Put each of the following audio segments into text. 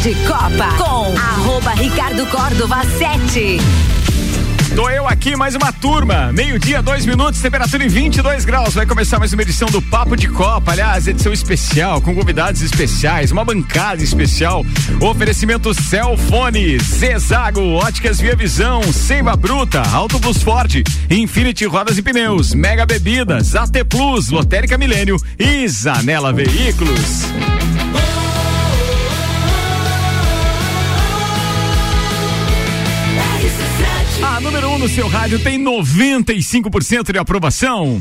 de Copa com @Ricardo Córdova 7. Tô eu aqui, mais uma turma, 12:02, temperatura em 22 graus, vai começar mais uma edição do Papo de Copa, aliás, edição especial, com convidados especiais, uma bancada especial, oferecimento Celfone, Zezago, Óticas Via Visão, Seiva Bruta, Auto Plus Ford, Infinity Rodas e Pneus, Mega Bebidas, AT Plus, Lotérica Milênio e Zanela Veículos. A número 1 no seu rádio tem 95% de aprovação.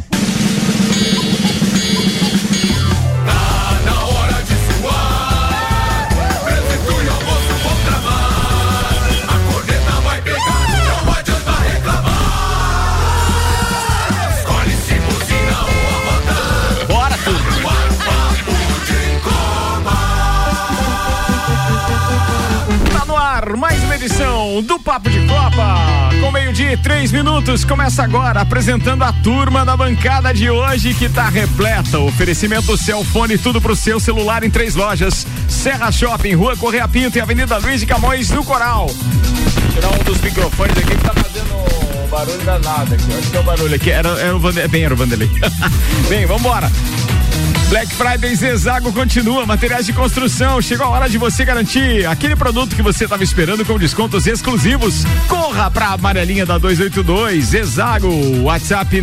Tá na hora de suar, prefeitura e almoço vão tramar, a corneta vai pegar, não adianta reclamar. Escolhe se buzina ou a roda. Bora tudo. Tá no ar mais uma edição do Papo de Copa. Com 12:03, começa agora apresentando a turma da bancada de hoje que tá repleta. Oferecimento Celfone, tudo pro seu celular em 3 lojas. Serra Shopping, Rua Correia Pinto e Avenida Luiz de Camões, no Coral. Vou tirar um dos microfones aqui que tá fazendo barulho danado aqui. Acho que é o barulho aqui. Era o Vanderlei. Bem, vambora. Black Friday Zezago continua, materiais de construção, chegou a hora de você garantir aquele produto que você estava esperando com descontos exclusivos. Corra pra amarelinha da 282, Zezago, WhatsApp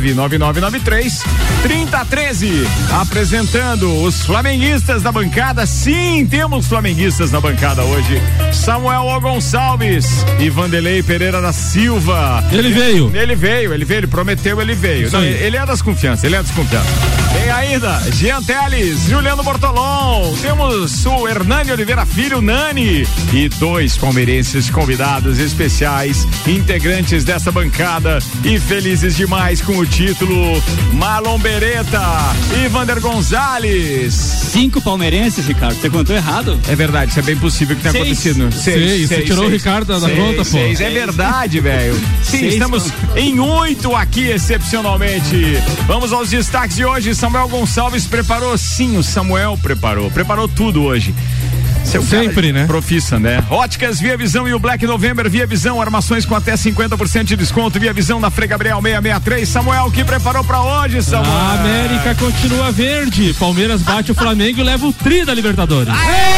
99993-3013. Apresentando os flamenguistas da bancada, sim, temos flamenguistas na bancada hoje. Samuel Gonçalves e Vanderlei Pereira da Silva. Ele veio, ele prometeu, ele veio. Não, ele é das confianças, Tem ainda Jean Teles, Juliano Bortolom, temos o Hernani Oliveira Filho, Nani, e 2 palmeirenses convidados especiais, integrantes dessa bancada e felizes demais com o título, Marlon Beretta e Vander Gonzalez. 5 palmeirenses, Ricardo, você contou errado. É verdade, isso é bem possível que tenha acontecido. 6, você tirou o Ricardo da conta, pô. 6, é verdade, velho. Sim, estamos em 8 aqui, excepcionalmente. Vamos aos destaques de hoje. Samuel Gonçalves preparou, sim, o Samuel preparou tudo hoje. Sempre, né? Profissa, né? Óticas Via Visão e o Black November Via Visão, armações com até 50% de desconto. Via Visão na Frei Gabriel 663. Samuel, o que preparou pra hoje, Samuel? A América continua verde. Palmeiras bate o Flamengo e leva o tri da Libertadores.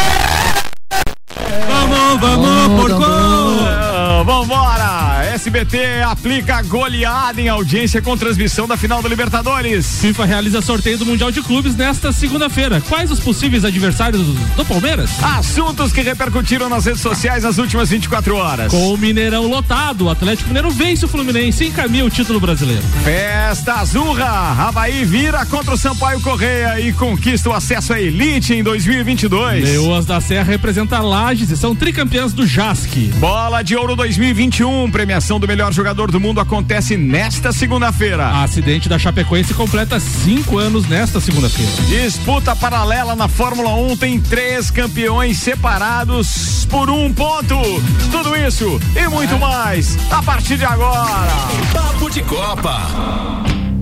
Vamos, porco! Vambora! SBT aplica goleada em audiência com transmissão da final da Libertadores. FIFA realiza sorteio do Mundial de Clubes nesta segunda-feira. Quais os possíveis adversários do Palmeiras? Assuntos que repercutiram nas redes sociais nas últimas 24 horas. Com o Mineirão lotado, o Atlético Mineiro vence o Fluminense e encaminha o título brasileiro. Festa Azurra, Avaí vira contra o Sampaio Correia e conquista o acesso à elite em 2022. Leoas da Serra representa Lages e são tricampeãs do JASC. Bola de Ouro 2021, premiação do melhor jogador do mundo acontece nesta segunda-feira. Acidente da Chapecoense completa 5 anos nesta segunda-feira. Disputa paralela na Fórmula 1 tem 3 campeões separados por 1 ponto. Tudo isso e muito mais a partir de agora. Papo de Copa.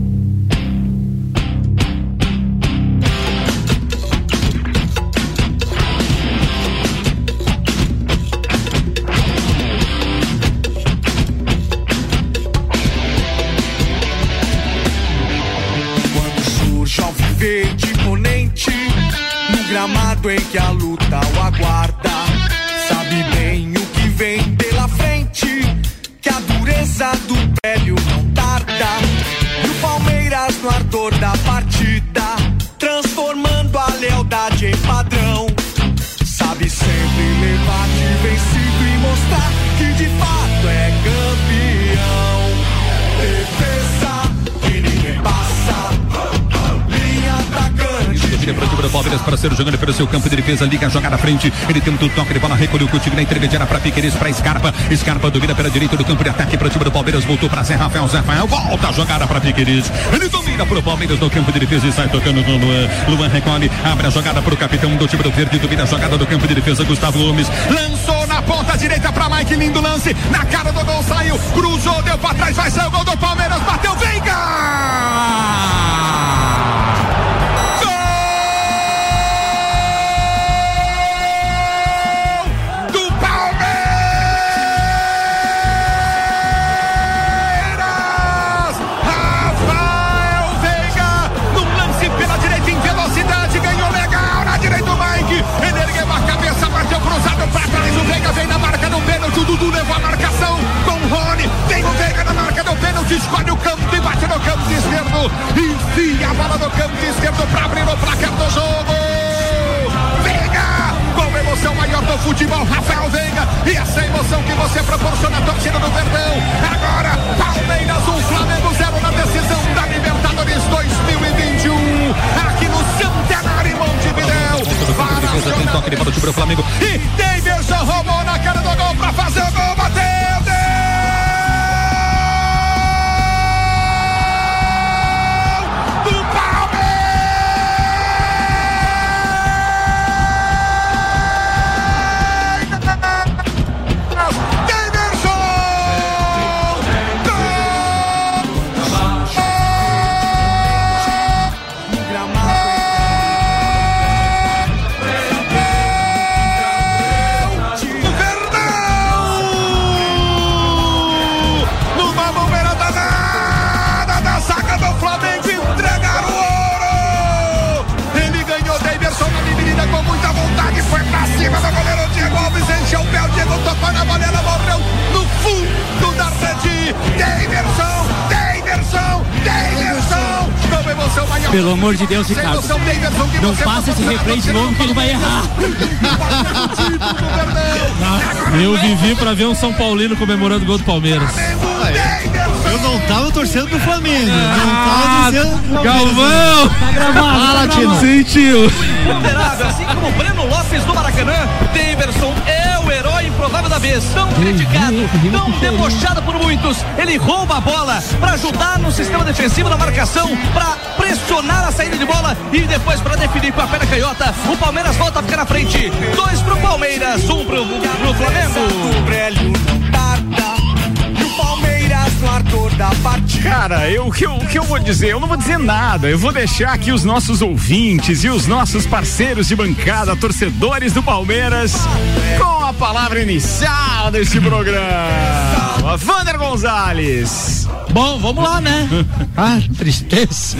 Verde imponente, no gramado em que a luta o aguarda, sabe bem o que vem pela frente, que a dureza do prédio não tarda, e o Palmeiras no ardor da partida, transformando a lealdade em padrão, sabe sempre levar de vencido e mostrar que de fato é campeão. Defesa que ninguém passa, Vira para o time do Palmeiras para ser jogando pelo seu campo de defesa, liga a jogada à frente, ele tem um toque de bola, recolheu o time na intermediária para Piqueires, para Scarpa domina pela direita do campo de ataque para o time do Palmeiras, voltou para Zé Rafael, volta a jogada para Piqueires, ele domina para o Palmeiras no campo de defesa e sai tocando no Luan recolhe, abre a jogada para o capitão do time do Verde, domina a jogada do campo de defesa, Gustavo Gomes, lançou na ponta direita para Mike, lindo lance, na cara do gol, saiu, cruzou, deu para trás, vai sair o gol do Palmeiras, bateu, Veiga! Flamengo. Enfia a bola no canto esquerdo para abrir o placar do jogo. Venga! Com emoção maior do futebol, Rafael Venga. E essa emoção que você proporciona à torcida do Verdão. Agora, Palmeiras 1, Flamengo 0 na decisão da Libertadores 2021. Aqui no Centenário em Montevidéu. Tem toque de bola sobre o Flamengo. E Davidson roubou na cara do gol para fazer o gol. Bateu! O pé, o Diego tocou na bola, ela morreu no fundo da rede. Davidson. Não emoção maior. Pelo amor de Deus, Ricardo. Não faça esse replay de novo que ele vai errar. Eu vivi pra ver um São Paulino comemorando o gol do Palmeiras. Eu não tava torcendo pro Flamengo. Não tava torcendo pro Galvão! Tá gravado. Fala, Tino. Sentiu. Ponderável, assim como o Breno Lopes do Maracanã, Davidson é o herói improvável da vez. Tão criticado, tão debochado por muitos. Ele rouba a bola pra ajudar no sistema defensivo da marcação, pra pressionar a saída de bola e depois pra definir com a perna canhota. O Palmeiras volta a ficar na frente. 2 pro Palmeiras, 1 pro Flamengo. Cara, o que eu vou dizer? Eu não vou dizer nada. Eu vou deixar aqui os nossos ouvintes e os nossos parceiros de bancada, torcedores do Palmeiras, com a palavra inicial deste programa. Vander Gonzalez. Bom, vamos lá, né? Ah, tristeza.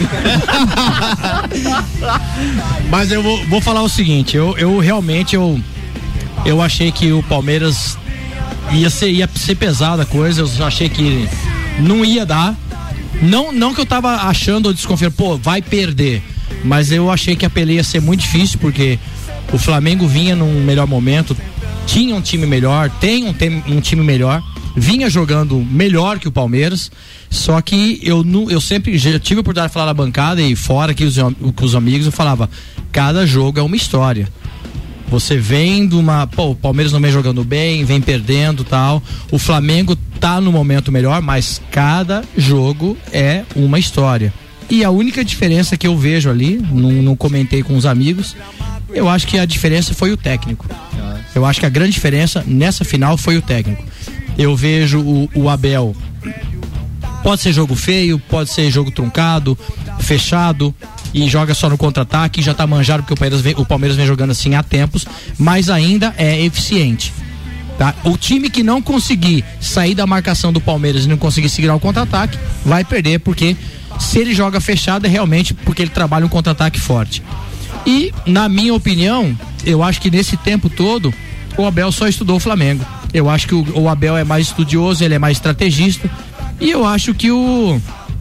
Mas eu vou falar o seguinte, eu realmente achei que o Palmeiras ia ser pesada a coisa, eu achei que não ia dar. Não que eu tava achando ou desconfiando, vai perder. Mas eu achei que a peleia ia ser muito difícil, porque o Flamengo vinha num melhor momento, tinha um time melhor, tem um time melhor, vinha jogando melhor que o Palmeiras. Só que eu sempre já tive a oportunidade de falar na bancada e fora aqui com os amigos, eu falava, cada jogo é uma história. Você vem de o Palmeiras não vem jogando bem, vem perdendo, tal. O Flamengo tá no momento melhor, mas cada jogo é uma história. E a única diferença que eu vejo ali, não comentei com os amigos, eu acho que a diferença foi o técnico. Eu acho que a grande diferença nessa final foi o técnico. Eu vejo o Abel, pode ser jogo feio, pode ser jogo truncado, fechado, e joga só no contra-ataque, já tá manjado porque o Palmeiras vem jogando assim há tempos, mas ainda é eficiente, tá? O time que não conseguir sair da marcação do Palmeiras e não conseguir segurar o contra-ataque, vai perder, porque se ele joga fechado é realmente porque ele trabalha um contra-ataque forte. E, na minha opinião, eu acho que nesse tempo todo, o Abel só estudou o Flamengo. Eu acho que o Abel é mais estudioso, ele é mais estrategista, e eu acho que o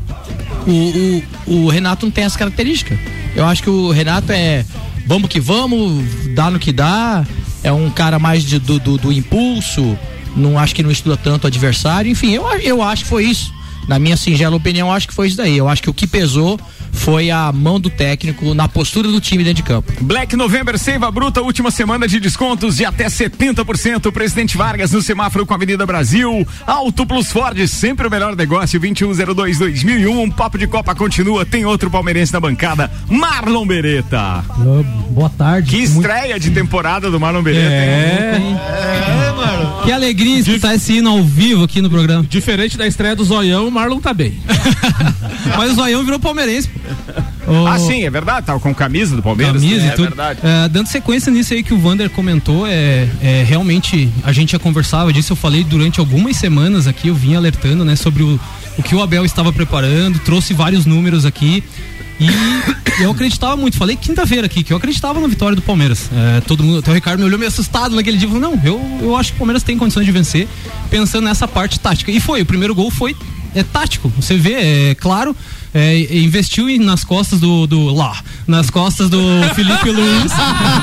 Renato não tem essa característica. Eu acho que o Renato vamos que vamos, dá no que dá, é um cara mais do impulso, não acho que não estuda tanto o adversário, enfim, eu acho que foi isso. Na minha singela opinião, eu acho que foi isso daí. Eu acho que o que pesou foi a mão do técnico na postura do time dentro de campo. Black November Seiva Bruta, última semana de descontos de até 70%. Presidente Vargas no semáforo com a Avenida Brasil. Auto Plus Ford, sempre o melhor negócio. 2102-2001. Papo de Copa continua. Tem outro palmeirense na bancada, Marlon Beretta. Boa tarde. Que estreia de temporada do Marlon Beretta. Mano. Que alegria escutar esse hino ao vivo aqui no programa. Diferente da estreia do Zoião, o Marlon tá bem. Mas o Zoião virou palmeirense. Ah, sim, é verdade, tava com camisa do Palmeiras. Camisa e tudo. Verdade. Dando sequência nisso aí que o Vander comentou, realmente a gente já conversava disso, eu falei durante algumas semanas aqui, eu vim alertando, né, sobre o que o Abel estava preparando, trouxe vários números aqui. E eu acreditava muito, falei quinta-feira aqui, que eu acreditava na vitória do Palmeiras. Todo mundo, até o Ricardo me olhou meio assustado naquele dia, falou, não, eu acho que o Palmeiras tem condições de vencer, pensando nessa parte tática. E foi, o primeiro gol foi é tático. Você vê, é claro, investiu nas costas nas costas do Felipe Luiz.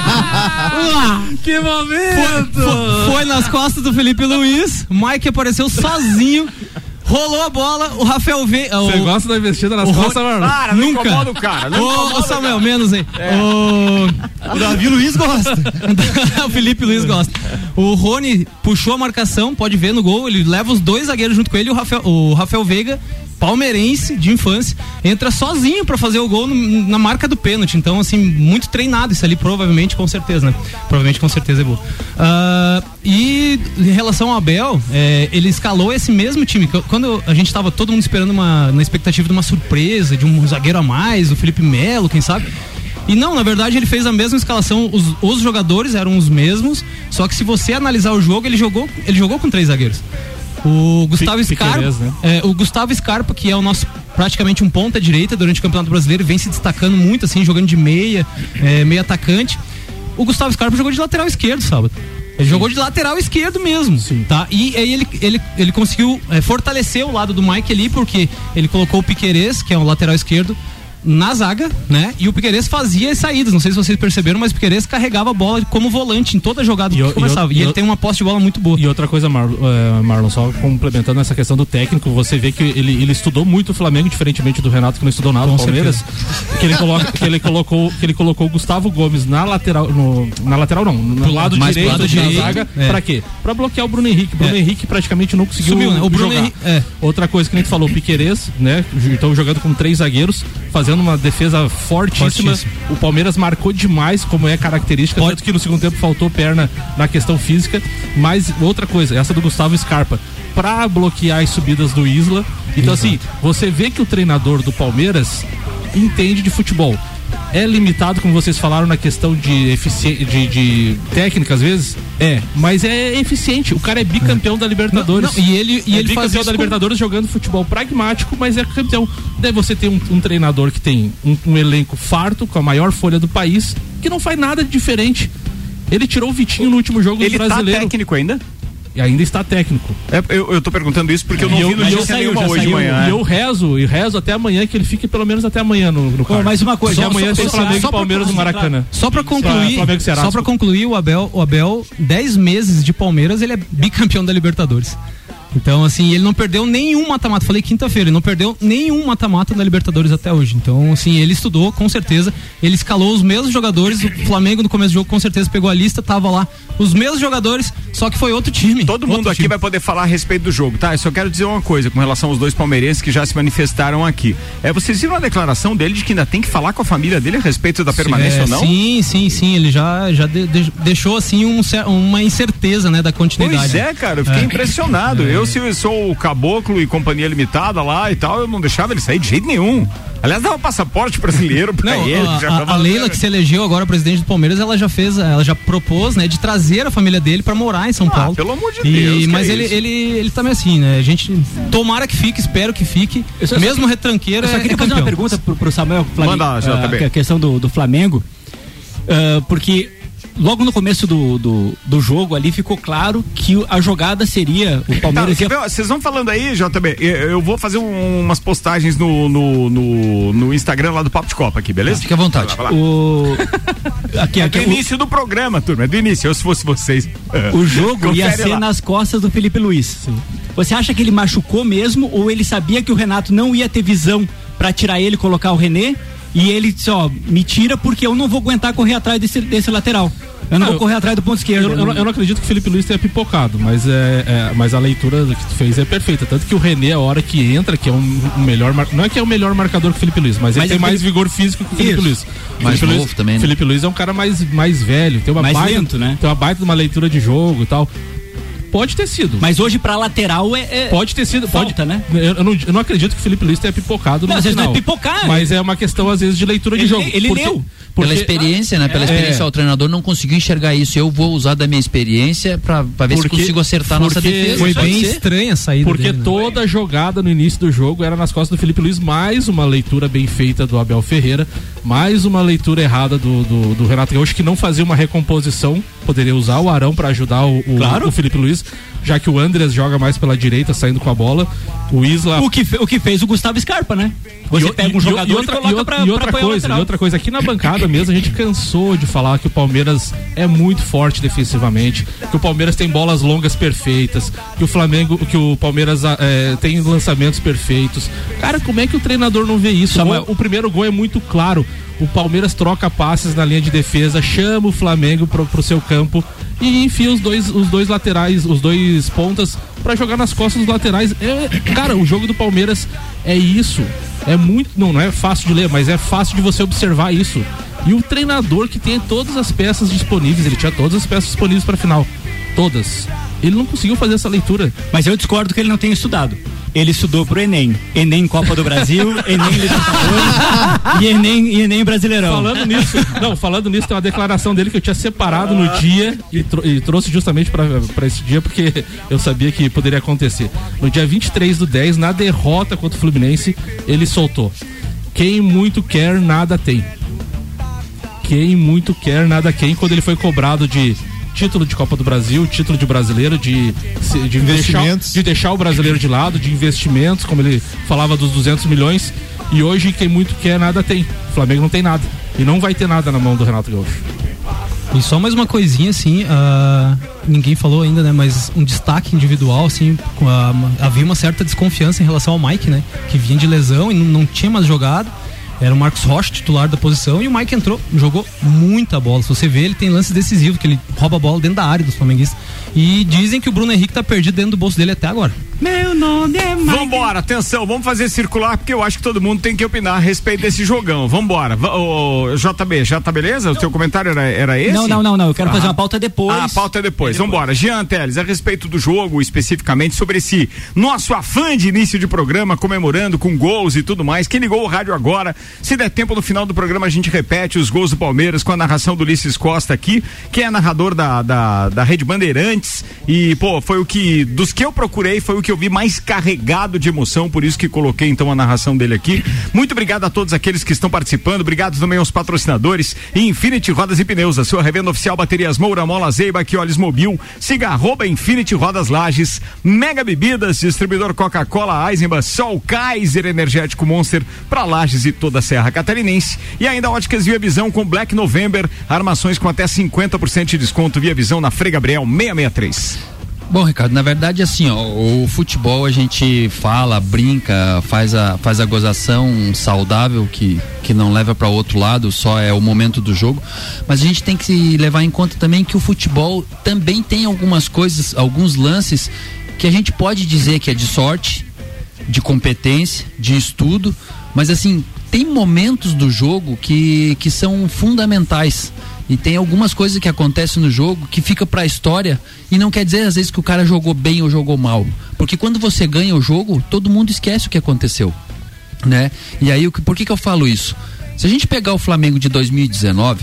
Que momento! Foi nas costas do Felipe Luiz. Mike apareceu sozinho. Rolou a bola, o Rafael Veiga. Você gosta da investida nas costas, mano? Cara, não incomoda o cara. Ô, Samuel, menos aí. O Davi Luiz gosta. O Felipe Luiz gosta. O Rony puxou a marcação, pode ver no gol, ele leva os 2 zagueiros junto com ele, o Rafael Veiga, palmeirense de infância, entra sozinho pra fazer o gol na marca do pênalti. Então, assim, muito treinado isso ali, provavelmente, com certeza, né? Provavelmente, com certeza é bom. E em relação ao Abel, ele escalou esse mesmo time. Quando a gente tava todo mundo esperando na expectativa de uma surpresa, de um zagueiro a mais, o Felipe Melo, quem sabe? E não, na verdade ele fez a mesma escalação, os jogadores eram os mesmos, só que se você analisar o jogo, ele jogou com 3 zagueiros. O Gustavo Scarpa, né? O Gustavo Scarpa, que é o nosso praticamente um ponta direita durante o Campeonato Brasileiro, vem se destacando muito, assim, jogando de meia atacante. O Gustavo Scarpa jogou de lateral esquerdo sábado. Ele jogou de lateral esquerdo mesmo. Sim. Tá? E aí ele conseguiu fortalecer o lado do Mike ali, porque ele colocou o Piquerez, que é o lateral esquerdo, na zaga, né? E o Piquerez fazia as saídas, não sei se vocês perceberam, mas o Piquerez carregava a bola como volante em toda a jogada que começava. E ele tem uma posse de bola muito boa. E outra coisa, Marlon, só complementando essa questão do técnico, você vê que ele estudou muito o Flamengo, diferentemente do Renato, que não estudou nada do Palmeiras, que ele colocou o Gustavo Gomes na lateral, no lado direito da zaga, pra quê? Pra bloquear o Bruno Henrique. Bruno Henrique praticamente não conseguiu sumiu, né? O Bruno jogar. Outra coisa que a gente falou, o Piquerez, né? Então jogando com 3 zagueiros, fazendo uma defesa fortíssima. O Palmeiras marcou demais, como é característica, tanto que no segundo tempo faltou perna na questão física. Mas outra coisa, essa do Gustavo Scarpa, pra bloquear as subidas do Isla. Então, assim, você vê que o treinador do Palmeiras entende de futebol. É limitado, como vocês falaram, na questão de técnica, às vezes? Mas é eficiente. O cara é bicampeão da Libertadores. E ele faz bicampeão da Libertadores jogando futebol pragmático, mas é campeão. Daí você tem um treinador que tem um elenco farto, com a maior folha do país, que não faz nada de diferente. Ele tirou o Vitinho no último jogo do Brasileiro. Ele tá técnico ainda? E ainda está técnico. Eu tô perguntando isso porque eu não vi notícia nenhuma hoje de manhã. E eu rezo até amanhã que ele fique pelo menos até amanhã no cargo. Mais uma coisa. Amanhã tem Flamengo e Palmeiras no Maracanã. Só pra concluir, o Abel, 10 meses de Palmeiras, ele é bicampeão da Libertadores. Então, assim, ele não perdeu nenhum mata-mata. Falei quinta-feira, ele não perdeu nenhum mata-mata da Libertadores até hoje. Então, assim, ele estudou, com certeza. Ele escalou os mesmos jogadores. O Flamengo, no começo do jogo, com certeza pegou a lista, tava lá. Os mesmos jogadores, só que foi outro time. Todo mundo aqui vai poder falar a respeito do jogo, tá? Eu só quero dizer uma coisa com relação aos 2 palmeirenses que já se manifestaram aqui. Vocês viram a declaração dele de que ainda tem que falar com a família dele a respeito da permanência ou não? Sim. Ele já deixou, assim, uma incerteza, né, da continuidade. Pois é, cara, eu fiquei impressionado. Se eu sou o Caboclo e Companhia Limitada lá e tal, eu não deixava ele sair de jeito nenhum. Aliás, dava passaporte brasileiro pra ele. A Leila, que se elegeu agora presidente do Palmeiras, ela já propôs, né, de trazer a família dele pra morar em São Paulo. Pelo amor de Deus. Mas ele tá meio assim, né? A gente tomara que fique, espero que fique. Mesmo retranqueiro. Eu só queria fazer uma pergunta pro Samuel Flamengo. Manda, a questão do Flamengo. Porque logo no começo do jogo ali ficou claro que a jogada seria o Palmeiras. Vocês vão falando aí, JB, eu vou fazer umas postagens no Instagram lá do Papo de Copa aqui, beleza? Fica à vontade. Vai lá. Aqui, do início do programa, turma, é do início, se fosse vocês. O jogo ia ser nas costas do Felipe Luiz. Sim. Você acha que ele machucou mesmo ou ele sabia que o Renato não ia ter visão pra tirar ele e colocar o René? E ele disse, me tira porque eu não vou aguentar correr atrás desse lateral. Eu não vou correr atrás do ponto esquerdo. Eu não acredito que o Felipe Luiz tenha pipocado, mas a leitura que tu fez é perfeita. Tanto que o René, a hora que entra, que é um melhor, não é que é o melhor marcador que o Felipe Luiz, mas ele tem mais vigor físico que o Felipe Luiz. Mais novo também, né? Felipe Luiz é um cara mais velho, tem uma mais baita, lento, né? Tem uma baita de uma leitura de jogo e tal. Pode ter sido. Mas hoje pra lateral pode ter sido. Falta, né? Eu não acredito que o Felipe Luiz tenha pipocado no final. Às vezes não é pipocar. Mas é uma questão, às vezes, de leitura de jogo. Ele leu. Pela experiência, né? Pela experiência, o treinador não conseguiu enxergar isso. Eu vou usar da minha experiência pra ver se consigo acertar a nossa defesa. Foi bem estranha a saída Porque dele, toda jogada no início do jogo era nas costas do Felipe Luiz, mais uma leitura bem feita do Abel Ferreira, mais uma leitura errada do Renato Gaúcho, que não fazia uma recomposição poderia usar o Arão para ajudar o Felipe Luiz, já que o Andreas joga mais pela direita, saindo com a bola. O Isla... O que fez o Gustavo Scarpa, né? Você pega um jogador e outra coisa, aqui na bancada mesmo a gente cansou de falar que o Palmeiras é muito forte defensivamente, que o Palmeiras tem bolas longas perfeitas, que o Palmeiras tem lançamentos perfeitos. Cara, como é que o treinador não vê isso? O primeiro gol é muito claro. O Palmeiras troca passes na linha de defesa, chama o Flamengo pro seu campo e enfia os dois laterais, os dois pontas pra jogar nas costas dos laterais. Cara, o jogo do Palmeiras é isso. É muito, não é fácil de ler, mas é fácil de você observar isso. E o treinador que tem todas as peças disponíveis, ele tinha todas as peças disponíveis pra final. Todas. Ele não conseguiu fazer essa leitura. Mas eu discordo que ele não tenha estudado. Ele estudou pro Enem. Enem Copa do Brasil, Enem Libertadores e Enem Brasileirão. Falando nisso, tem uma declaração dele que eu tinha separado no dia e trouxe justamente pra esse dia, porque eu sabia que poderia acontecer. No dia 23/10, na derrota contra o Fluminense, ele soltou: quem muito quer, nada tem. Quem muito quer, nada tem. Quando ele foi cobrado de título de Copa do Brasil, título de brasileiro, de deixar o brasileiro de lado, de investimentos, como ele falava dos 200 milhões, e hoje quem muito quer, nada tem. O Flamengo não tem nada, e não vai ter nada na mão do Renato Gaúcho. E só mais uma coisinha, assim, ninguém falou ainda, né, mas um destaque individual, assim, havia uma certa desconfiança em relação ao Mike, né, que vinha de lesão e não tinha mais jogado. Era o Marcos Rocha, titular da posição, e o Mike entrou, jogou muita bola. Se você vê, ele tem lances decisivos, que ele rouba a bola dentro da área dos flamenguistas. E dizem que o Bruno Henrique tá perdido dentro do bolso dele até agora. Meu nome é Mike. Vambora, atenção, vamos fazer circular, porque eu acho que todo mundo tem que opinar a respeito desse jogão. Vambora. JB, já tá beleza? O teu comentário era esse? Não, eu quero fazer uma pauta depois. A pauta é depois. Vambora. Jean Teles, a respeito do jogo, especificamente sobre esse nosso afã de início de programa, comemorando com gols e tudo mais. Quem ligou o rádio agora, se der tempo no final do programa a gente repete os gols do Palmeiras com a narração do Ulisses Costa aqui, que é narrador da Rede Bandeirantes, e foi dos que eu procurei, foi o que eu vi mais carregado de emoção, por isso que coloquei então a narração dele aqui. Muito obrigado a todos aqueles que estão participando, obrigado também aos patrocinadores, Infinity Rodas e Pneus, a sua revenda oficial, baterias Moura, Mola, Zeiba, Quiolles Mobil, siga @Infinity Rodas Lages, Mega Bebidas, distribuidor Coca-Cola, Eisenbahn, Sol, Kaiser, Energético Monster, pra Lages e toda a Serra Catarinense, e ainda Óticas Via Visão com Black November, armações com até 50% de desconto, Via Visão na Frei Gabriel 663. Bom, Ricardo, na verdade, assim, o futebol a gente fala, brinca, faz a gozação saudável que não leva para outro lado, só é o momento do jogo, mas a gente tem que levar em conta também que o futebol também tem algumas coisas, alguns lances que a gente pode dizer que é de sorte, de competência, de estudo, mas assim, tem momentos do jogo que são fundamentais. E tem algumas coisas que acontecem no jogo que fica pra história e não quer dizer às vezes que o cara jogou bem ou jogou mal. Porque quando você ganha o jogo, todo mundo esquece o que aconteceu, né? E aí, por que eu falo isso? Se a gente pegar o Flamengo de 2019,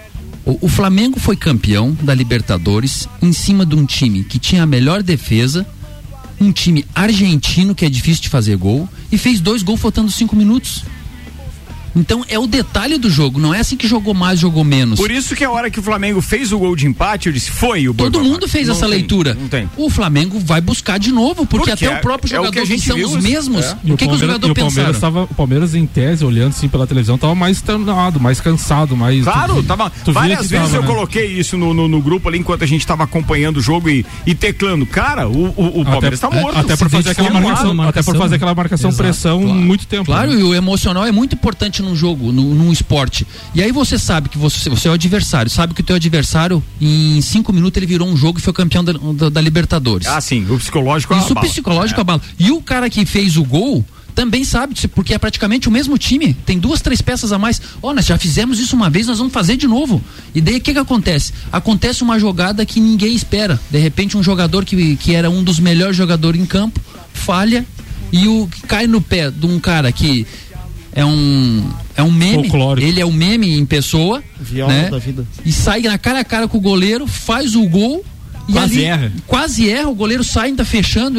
o Flamengo foi campeão da Libertadores em cima de um time que tinha a melhor defesa, um time argentino que é difícil de fazer gol, e fez 2 gols faltando 5 minutos. Então é o detalhe do jogo, não é assim que jogou mais, jogou menos. Por isso que a hora que o Flamengo fez o gol de empate, eu disse, foi o Todo mundo fez essa leitura. Não tem. O Flamengo vai buscar de novo, porque até o próprio jogador que são os mesmos. O que os jogadores pensaram? O Palmeiras, em tese, olhando assim pela televisão, tava mais treinado, mais cansado, mais... Claro, tava. Várias vezes eu coloquei isso no grupo ali, enquanto a gente tava acompanhando o jogo e teclando. Cara, o Palmeiras tá morto. Até por fazer aquela marcação, pressão, muito tempo. Claro, e o emocional é muito importante num jogo, num esporte. E aí você sabe que você é o adversário, sabe que o teu adversário em 5 minutos ele virou um jogo e foi campeão da Libertadores. Ah, sim, o psicológico Isso, o psicológico abala. E o cara que fez o gol também sabe, porque é praticamente o mesmo time, tem 2, 3 peças a mais. Nós já fizemos isso uma vez, nós vamos fazer de novo. E daí o que acontece? Acontece uma jogada que ninguém espera. De repente um jogador que era um dos melhores jogadores em campo, falha e cai no pé de um cara que é um meme, folclórico. Ele é um meme em pessoa, Viola, né? Da vida. E sai na cara a cara com o goleiro, faz o gol e quase erra, o goleiro sai, ainda fechando ele,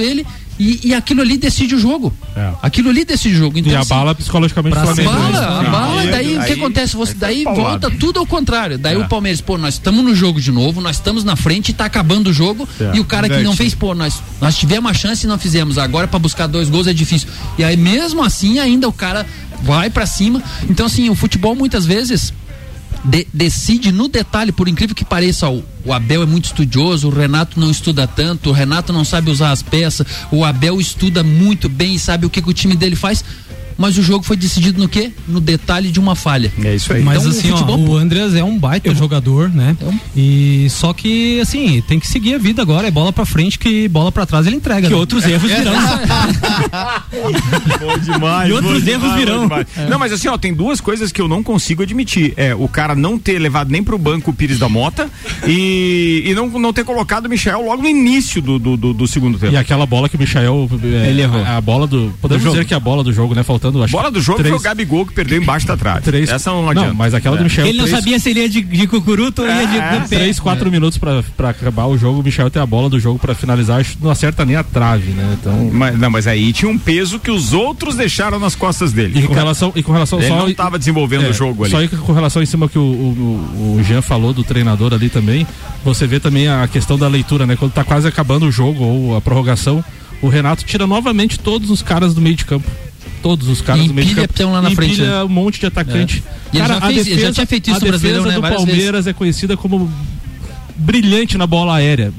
E aquilo ali decide o jogo. Aquilo ali decide o jogo. Então, e abala psicologicamente o Flamengo. Abala, daí o que acontece? Daí volta tudo ao contrário. Daí o Palmeiras, nós estamos no jogo de novo, nós estamos na frente, tá acabando o jogo, e o cara que não fez, nós tivemos a chance e não fizemos. Agora pra buscar 2 gols é difícil. E aí mesmo assim ainda o cara vai pra cima. Então assim, o futebol muitas vezes decide no detalhe, por incrível que pareça. O Abel é muito estudioso, o Renato não estuda tanto, o Renato não sabe usar as peças, o Abel estuda muito bem e sabe o que o time dele faz, mas o jogo foi decidido no quê? No detalhe de uma falha. É isso aí. Mas então, assim, o Andreas é um baita jogador, né? E só que, assim, tem que seguir a vida agora, é bola pra frente, que bola pra trás ele entrega. Que outros erros virão. Bom demais. E outros erros virão. Não, mas assim, tem 2 coisas que eu não consigo admitir. O cara não ter levado nem pro banco o Pires da Mota e não ter colocado o Michael logo no início do segundo tempo. E aquela bola que o Michael ele errou. A bola do... Podemos dizer que é a bola do jogo, né? Faltando, acho, bola do jogo foi o Gabigol que perdeu embaixo da trave. Essa não adianta. Não, mas aquela do Michel. Ele não sabia se ele ia de cucuruto ou ia de pé. 3-4 minutos pra acabar o jogo, o Michel tem a bola do jogo pra finalizar, não acerta nem a trave, né? Então... Mas aí tinha um peso que os outros deixaram nas costas dele. E com relação ele não estava desenvolvendo o jogo ali. Só aí com relação em cima que o Jean falou do treinador ali também, você vê também a questão da leitura, né? Quando tá quase acabando o jogo ou a prorrogação, o Renato tira novamente todos os caras do meio de campo. Todos os caras do meio de campo. Lá na frente, um monte de atacante. Cara, ele já tinha feito isso no Brasileirão, né? A defesa do Palmeiras é conhecida como brilhante na bola aérea.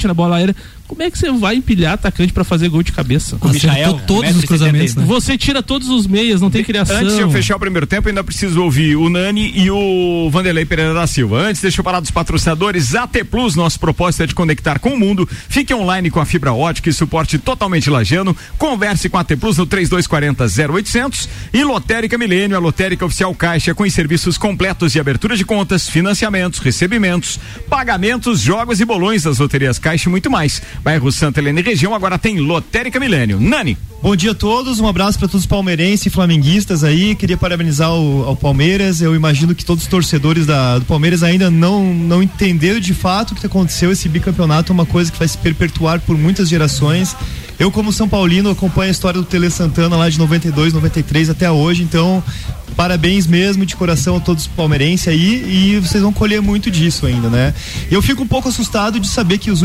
Como é que você vai empilhar atacante pra fazer gol de cabeça? O Michael, todos os cruzamentos, né? Você tira todos os meias, não tem criação. Antes de eu fechar o primeiro tempo, ainda preciso ouvir o Nani e o Vanderlei Pereira da Silva. Antes, deixa eu falar dos patrocinadores. AT Plus, nosso propósito é de conectar com o mundo. Fique online com a fibra ótica e suporte totalmente lagiano. Converse com a AT Plus no 3240-0800. E Lotérica Milênio, a lotérica oficial Caixa, com serviços completos de abertura de contas, financiamentos, recebimentos, pagamentos, jogos e bolões das loterias Caixa e muito mais. Bairro Santa Helena e região agora tem Lotérica Milênio. Nani. Bom dia a todos, um abraço para todos os palmeirenses e flamenguistas aí. Queria parabenizar ao Palmeiras. Eu imagino que todos os torcedores do Palmeiras ainda não entenderam de fato o que aconteceu. Esse bicampeonato é uma coisa que vai se perpetuar por muitas gerações. Eu, como São Paulino, acompanho a história do Tele Santana lá de 92, 93 até hoje, então parabéns mesmo de coração a todos os palmeirenses aí, e vocês vão colher muito disso ainda, né? Eu fico um pouco assustado de saber que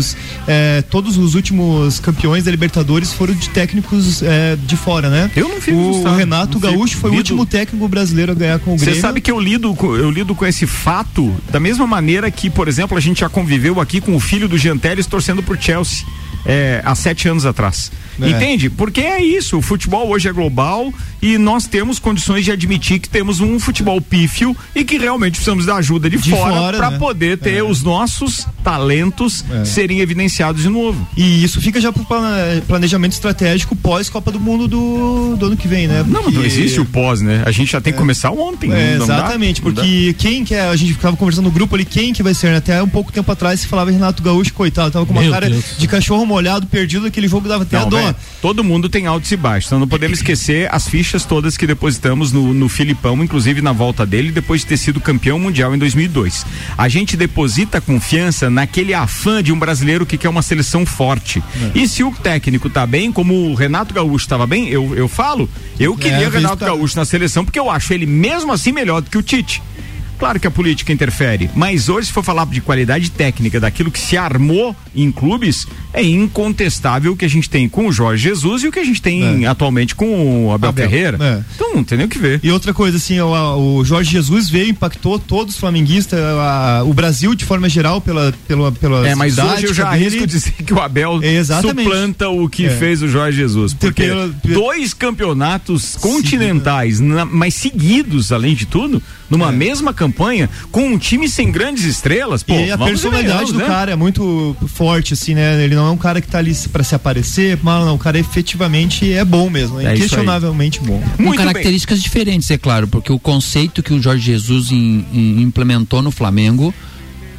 todos os últimos campeões da Libertadores foram de técnicos de fora, né? Eu não fico assustado. O Renato Gaúcho foi o último técnico brasileiro a ganhar com o Grêmio. Você sabe que eu lido com esse fato da mesma maneira que, por exemplo, a gente já conviveu aqui com o filho do Jean Teles torcendo pro Chelsea. Há 7 anos atrás. Entende? Porque é isso, o futebol hoje é global e nós temos condições de admitir que temos um futebol pífio e que realmente precisamos da ajuda de fora para poder ter os nossos talentos serem evidenciados de novo. E isso fica já pro planejamento estratégico pós Copa do Mundo do ano que vem, né? Porque... Não existe o pós, né? A gente já tem que começar ontem. Exatamente, porque quem que é, a gente ficava conversando no grupo ali, quem que vai ser, né? Até um pouco tempo atrás se falava Renato Gaúcho, coitado, tava com uma cara de cachorro molhado, perdido, aquele jogo dava até dó. Todo mundo tem altos e baixos, então não podemos esquecer as fichas todas que depositamos no Filipão, inclusive na volta dele, depois de ter sido campeão mundial em 2002. A gente deposita confiança naquele afã de um brasileiro que quer uma seleção forte. E se o técnico tá bem, como o Renato Gaúcho estava bem, eu falo, eu queria o Renato Gaúcho na seleção, porque eu acho ele mesmo assim melhor do que o Tite. Claro que a política interfere, mas hoje, se for falar de qualidade técnica daquilo que se armou em clubes, é incontestável o que a gente tem com o Jorge Jesus e o que a gente tem atualmente com o Abel Ferreira. Então não tem nem o que ver. E outra coisa, assim, o Jorge Jesus veio, impactou todos os flamenguistas, o Brasil de forma geral pela mas hoje eu já arrisco dizer que o Abel suplanta o que fez o Jorge Jesus, porque 2 campeonatos continentais, mas seguidos, além de tudo, numa mesma campanha, com um time sem grandes estrelas, pô. E a personalidade do cara é muito forte, assim, né? Ele não é um cara que tá ali pra se aparecer, mas não, o cara efetivamente é bom mesmo, é inquestionavelmente bom. Com características diferentes, é claro, porque o conceito que o Jorge Jesus implementou no Flamengo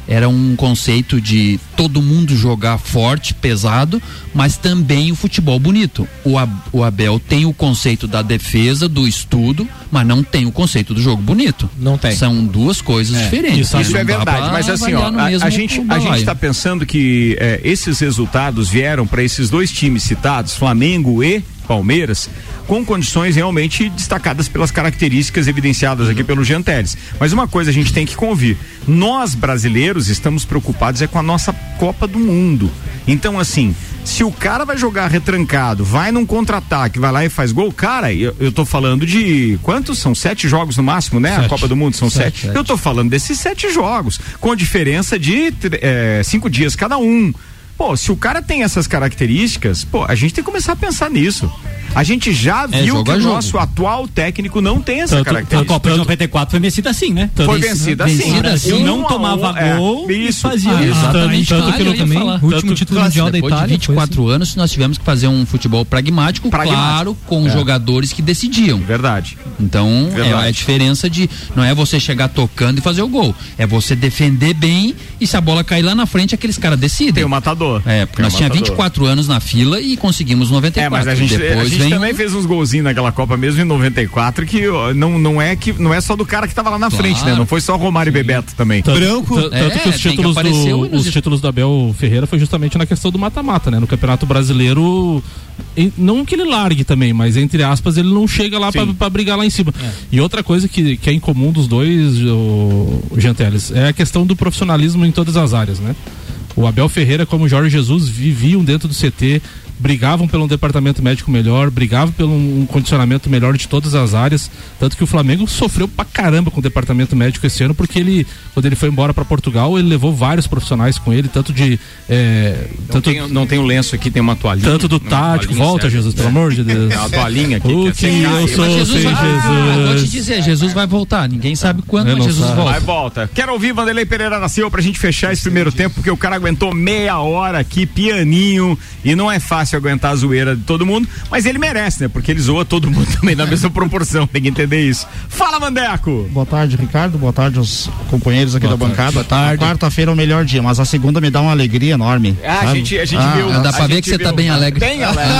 era um conceito de todo mundo jogar forte, pesado, mas também o futebol bonito. O Abel tem o conceito da defesa, do estudo, mas não tem o conceito do jogo bonito. Não tem. São duas coisas diferentes. Isso é verdade, mas assim, ó, a gente está pensando que esses resultados vieram para esses dois times citados, Flamengo e Palmeiras, com condições realmente destacadas pelas características evidenciadas aqui pelo Jean Teles. Mas uma coisa a gente tem que convir, nós brasileiros estamos preocupados com a nossa Copa do Mundo. Então assim, se o cara vai jogar retrancado, vai num contra-ataque, vai lá e faz gol, cara, eu tô falando de quantos? São 7 jogos no máximo, né? 7. A Copa do Mundo são 7. Eu tô falando desses 7 jogos, com diferença de 5 dias cada um. Pô, se o cara tem essas características, a gente tem que começar a pensar nisso. A gente já viu que o nosso atual técnico não tem essa característica. A Copa de 94 foi vencida assim, né? Foi vencida assim. Não tomava gol e fazia. Exatamente. Tanto que também, o último título mundial da Itália. Depois de 24 anos, nós tivemos que fazer um futebol pragmático, claro, com jogadores que decidiam. Verdade. Então, é a diferença de, não é você chegar tocando e fazer o gol, é você defender bem e se a bola cair lá na frente, aqueles caras decidem. Tem o matador. Porque nós tínhamos 24 anos na fila e conseguimos 94. Mas a gente também fez uns golzinhos naquela Copa mesmo em 94 que não é só do cara que tava lá na frente, né? Não foi só Romário e Bebeto também. Tanto que os títulos do Abel Ferreira foi justamente na questão do mata-mata, né? No Campeonato Brasileiro, não que ele largue também, mas entre aspas ele não chega lá pra brigar lá em cima. E outra coisa que é incomum dos dois, Jean Teles, é a questão do profissionalismo em todas as áreas, né? O Abel Ferreira, como o Jorge Jesus, viviam dentro do CT, brigavam pelo um departamento médico melhor, brigavam pelo um condicionamento melhor de todas as áreas, tanto que o Flamengo sofreu pra caramba com o departamento médico esse ano, porque quando ele foi embora pra Portugal, ele levou vários profissionais com ele, tanto de não tem um lenço aqui, tem uma toalhinha. Tanto do tático, volta Jesus, pelo amor de Deus. Tem uma toalhinha aqui. Eu sou sem Jesus. Vou te dizer, Jesus vai voltar, ninguém sabe quando, mas Jesus volta. Vai, volta. Quero ouvir Vanderlei Pereira da Silva pra gente fechar esse primeiro tempo, porque o cara aguentou meia hora aqui, pianinho, e não é fácil aguentar a zoeira de todo mundo, mas ele merece, né? Porque ele zoa todo mundo também na mesma proporção, tem que entender isso. Fala, Mandeco! Boa tarde, Ricardo, boa tarde aos companheiros aqui da bancada. Boa tarde. Quarta-feira é o melhor dia, mas a segunda me dá uma alegria enorme. A gente viu. Dá pra ver que você tá bem alegre. Bem alegre.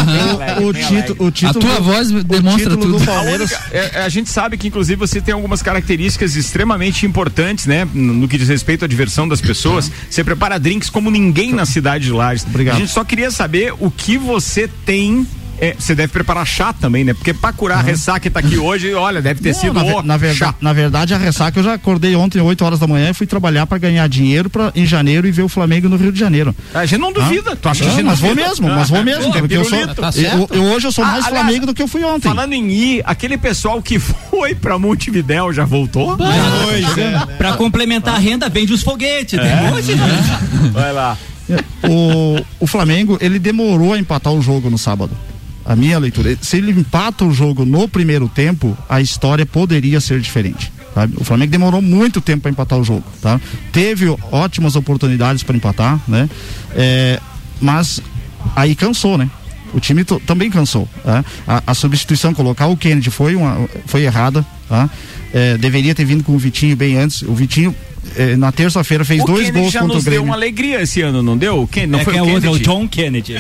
O título, a tua voz demonstra tudo. Do Palmeiras. A gente sabe que inclusive você tem algumas características extremamente importantes, né? No que diz respeito à diversão das pessoas. Você prepara drinks como ninguém na cidade de Lages. Obrigado. A gente só queria saber o que você tem. Você deve preparar chá também, né? Porque pra curar a ressaca que tá aqui hoje, olha, deve ter sido chá. Na verdade, a ressaca eu já acordei ontem, 8 horas da manhã, e fui trabalhar pra ganhar dinheiro em janeiro e ver o Flamengo no Rio de Janeiro. A gente não duvida. Tu acha que a gente mas vou mesmo, porque hoje eu sou mais Flamengo do que eu fui ontem. Falando em ir, aquele pessoal que foi pra Montevidéu já voltou? Pra complementar a renda, vende os foguetes. Vai lá. O Flamengo, ele demorou a empatar o jogo no sábado. A minha leitura, se ele empata o jogo no primeiro tempo, a história poderia ser diferente. Sabe? O Flamengo demorou muito tempo para empatar o jogo, tá? Teve ótimas oportunidades para empatar, né? Mas aí cansou, né? O time também cansou, tá? A substituição, colocar o Kennedy foi errada, tá? Deveria ter vindo com o Vitinho bem antes. O Vitinho na terça-feira fez 2 gols contra o Grêmio. O Kennedy já nos deu uma alegria esse ano, não deu? Não foi o Kennedy? É o John Kennedy.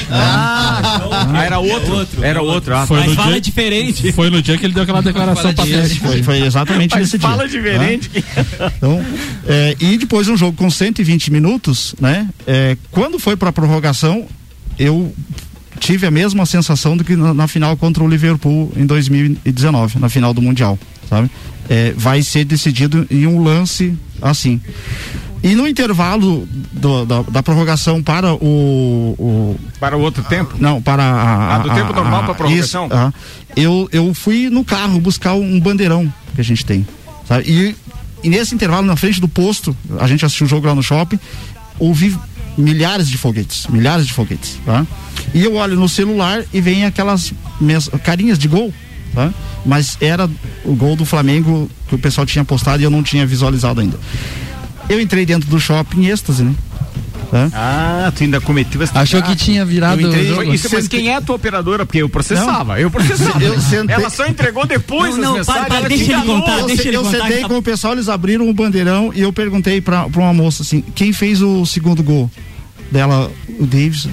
Era outro. Era outro. Mas fala diferente. Foi no dia que ele deu aquela declaração patética. Foi exatamente nesse dia. Fala diferente. Então, e depois um jogo com 120 minutos, né? Quando foi pra prorrogação, eu tive a mesma sensação do que na final contra o Liverpool em 2019, na final do Mundial, sabe? Vai ser decidido em um lance assim. E no intervalo da prorrogação para para o outro tempo? Não, para do tempo normal para a prorrogação? Eu fui no carro buscar um bandeirão que a gente tem, sabe? E nesse intervalo, na frente do posto, a gente assistiu o jogo lá no shopping, ouvi milhares de foguetes, tá? E eu olho no celular e vem aquelas carinhas de gol, tá? Mas era o gol do Flamengo que o pessoal tinha postado e eu não tinha visualizado ainda. Eu entrei dentro do shopping em êxtase, né? Tu ainda cometeu essa... Achou que tinha virado o jogo. Mas quem é a tua operadora? Porque eu processava. Ela só entregou depois as mensagens. Deixa ele contar. Eu sentei com o pessoal, eles abriram um bandeirão e eu perguntei pra uma moça assim, quem fez o segundo gol? Dela, o Davis.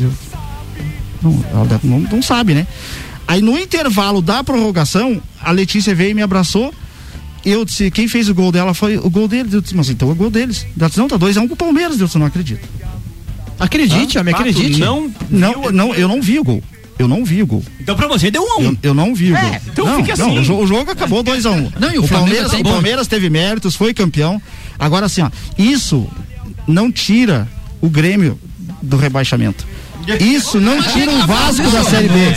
Ela não sabe, né? Aí no intervalo da prorrogação, a Letícia veio e me abraçou. Eu disse, quem fez o gol dela foi o gol deles. Eu disse, mas então é o gol deles. Ela disse, não, tá 2-1 pro Palmeiras. Eu disse, não acredito. Acredite, me acredite. Não, eu não vi o gol. Eu não vi o gol. Então pra você deu 1-1. Eu não vi o gol. Então fica assim. O jogo acabou 2-1. O Palmeiras teve méritos, foi campeão. Agora assim, ó, isso não tira o Grêmio do rebaixamento. Isso não tira o Vasco da Série B.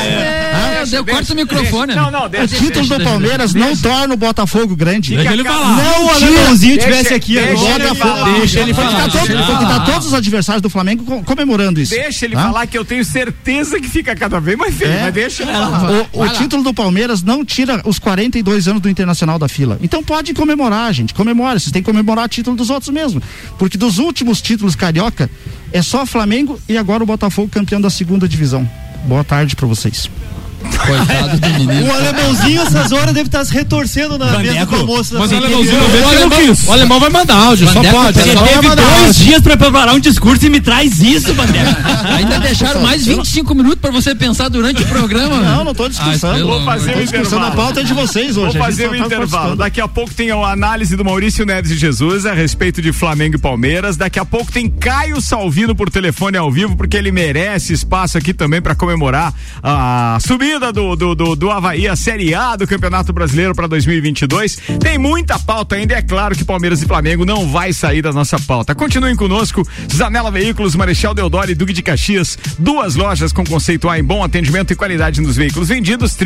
Corta o microfone. O título do Palmeiras não torna o Botafogo grande. Deixa ele falar. Não, o alemãozinho tivesse aqui agora. Deixa ele falar. Porque tá todos os adversários do Flamengo comemorando isso. Deixa ele falar, que eu tenho certeza que fica cada vez mais feio. Mas deixa ele falar. O título do Palmeiras não tira os 42 anos do Internacional da fila. Então pode comemorar, gente. Comemora. Vocês têm que comemorar o título dos outros mesmo. Porque dos últimos títulos carioca, é só Flamengo e agora o Botafogo campeão da segunda divisão. Boa tarde pra vocês. Coitado do menino. O alemãozinho, essas horas, deve estar se retorcendo na mesa do almoço. Mas o alemão vai mandar áudio, só pode. Você teve 2 dias pra preparar um discurso e me traz isso, Bandeira. Ainda deixaram mais 25 minutos pra você pensar durante o programa. Não tô discussando. Vou fazer o intervalo. A pauta é de vocês hoje. Vou fazer o intervalo. Daqui a pouco tem a análise do Maurício Neves e Jesus a respeito de Flamengo e Palmeiras. Daqui a pouco tem Caio Salvino por telefone ao vivo, porque ele merece espaço aqui também pra comemorar a subida do Avaí, a Série A do Campeonato Brasileiro para 2022. Tem muita pauta ainda, é claro que Palmeiras e Flamengo não vai sair da nossa pauta. Continuem conosco, Zanella Veículos, Marechal Deodoro e Duque de Caxias, 2 lojas com conceito A em bom atendimento e qualidade nos veículos vendidos,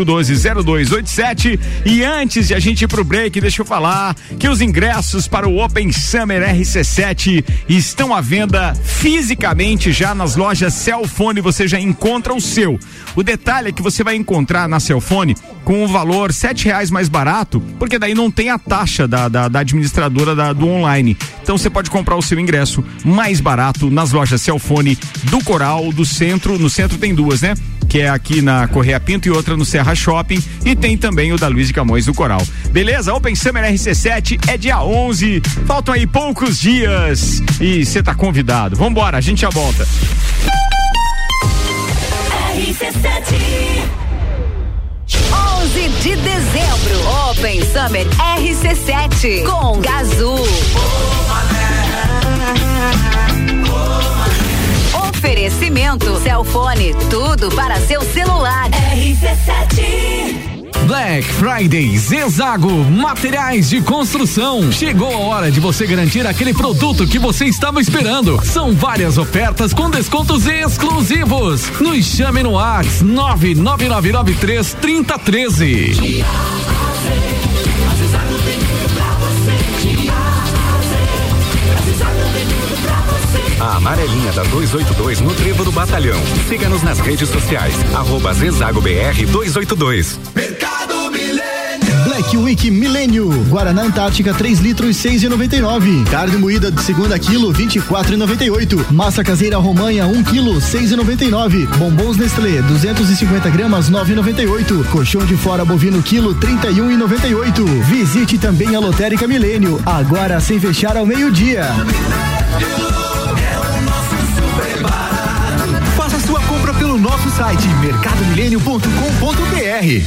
3512-0287. E antes de a gente ir pro break, deixa eu falar que os ingressos para o Open Summer RC7 estão à venda fisicamente já nas lojas Cellfone, você já encontra o seu. O detalhe é que você vai encontrar na Cellfone com um valor R$7 mais barato, porque daí não tem a taxa da administradora do online. Então você pode comprar o seu ingresso mais barato nas lojas Cellfone do Coral, do Centro. No Centro tem 2, né? Que é aqui na Correia Pinto e outra no Serra Shopping, e tem também o da Luiz de Camões do Coral. Beleza? Open Summer RC7 é dia 11, faltam aí poucos dias e você tá convidado. Vambora, a gente já volta. RC7 11 de dezembro, Open Summer RC7 com Gazul. Oferecimento Cellfone, tudo para seu celular. RC7 Black Friday Zezago Materiais de Construção. Chegou a hora de você garantir aquele produto que você estava esperando. São várias ofertas com descontos exclusivos. Nos chame no WhatsApp 999933013. A amarelinha da 282 no Trevo do Batalhão. Siga-nos nas redes sociais. @ZezagoBR 282. Mercado Milênio. Black Week Milênio. Guaraná Antártica 3 litros 6,99. Carne moída de segunda quilo 24,98. Massa caseira Romanha 1 quilo 6,99. Bombons Nestlé 250 gramas 9,98. Colchão de fora bovino quilo 31,98. Visite também a Lotérica Milênio. Agora sem fechar ao meio-dia. Faça sua compra pelo nosso site mercadomilênio.com.br.